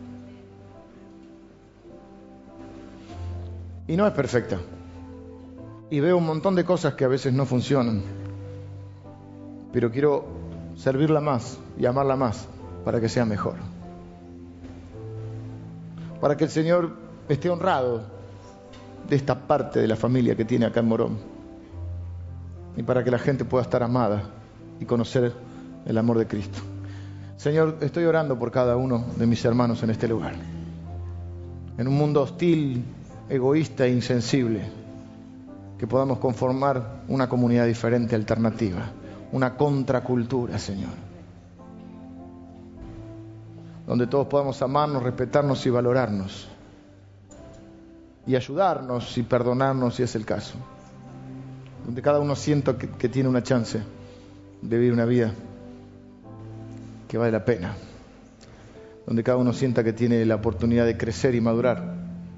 Y no es perfecta, y veo un montón de cosas que a veces no funcionan, pero quiero servirla más y amarla más para que sea mejor, para que el Señor esté honrado de esta parte de la familia que tiene acá en Morón, y para que la gente pueda estar amada y conocer el amor de Cristo. Señor, estoy orando por cada uno de mis hermanos en este lugar, en un mundo hostil, egoísta e insensible, que podamos conformar una comunidad diferente, alternativa, una contracultura, Señor, donde todos podamos amarnos, respetarnos y valorarnos, y ayudarnos y perdonarnos si es el caso, donde cada uno sienta que, que tiene una chance de vivir una vida que vale la pena, donde cada uno sienta que tiene la oportunidad de crecer y madurar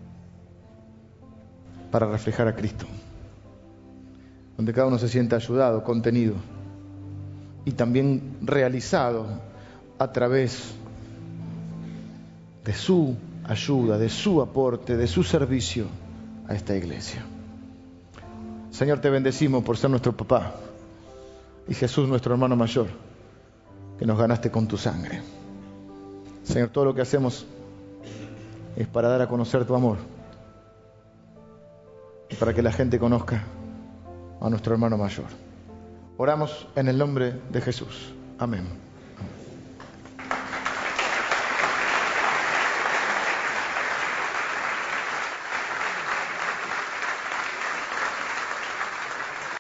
para reflejar a Cristo, donde cada uno se sienta ayudado, contenido y también realizado a través de su ayuda, de su aporte, de su servicio a esta iglesia. Señor, te bendecimos por ser nuestro papá y Jesús nuestro hermano mayor, que nos ganaste con tu sangre. Señor, todo lo que hacemos es para dar a conocer tu amor y para que la gente conozca a nuestro hermano mayor. Oramos en el nombre de Jesús. Amén.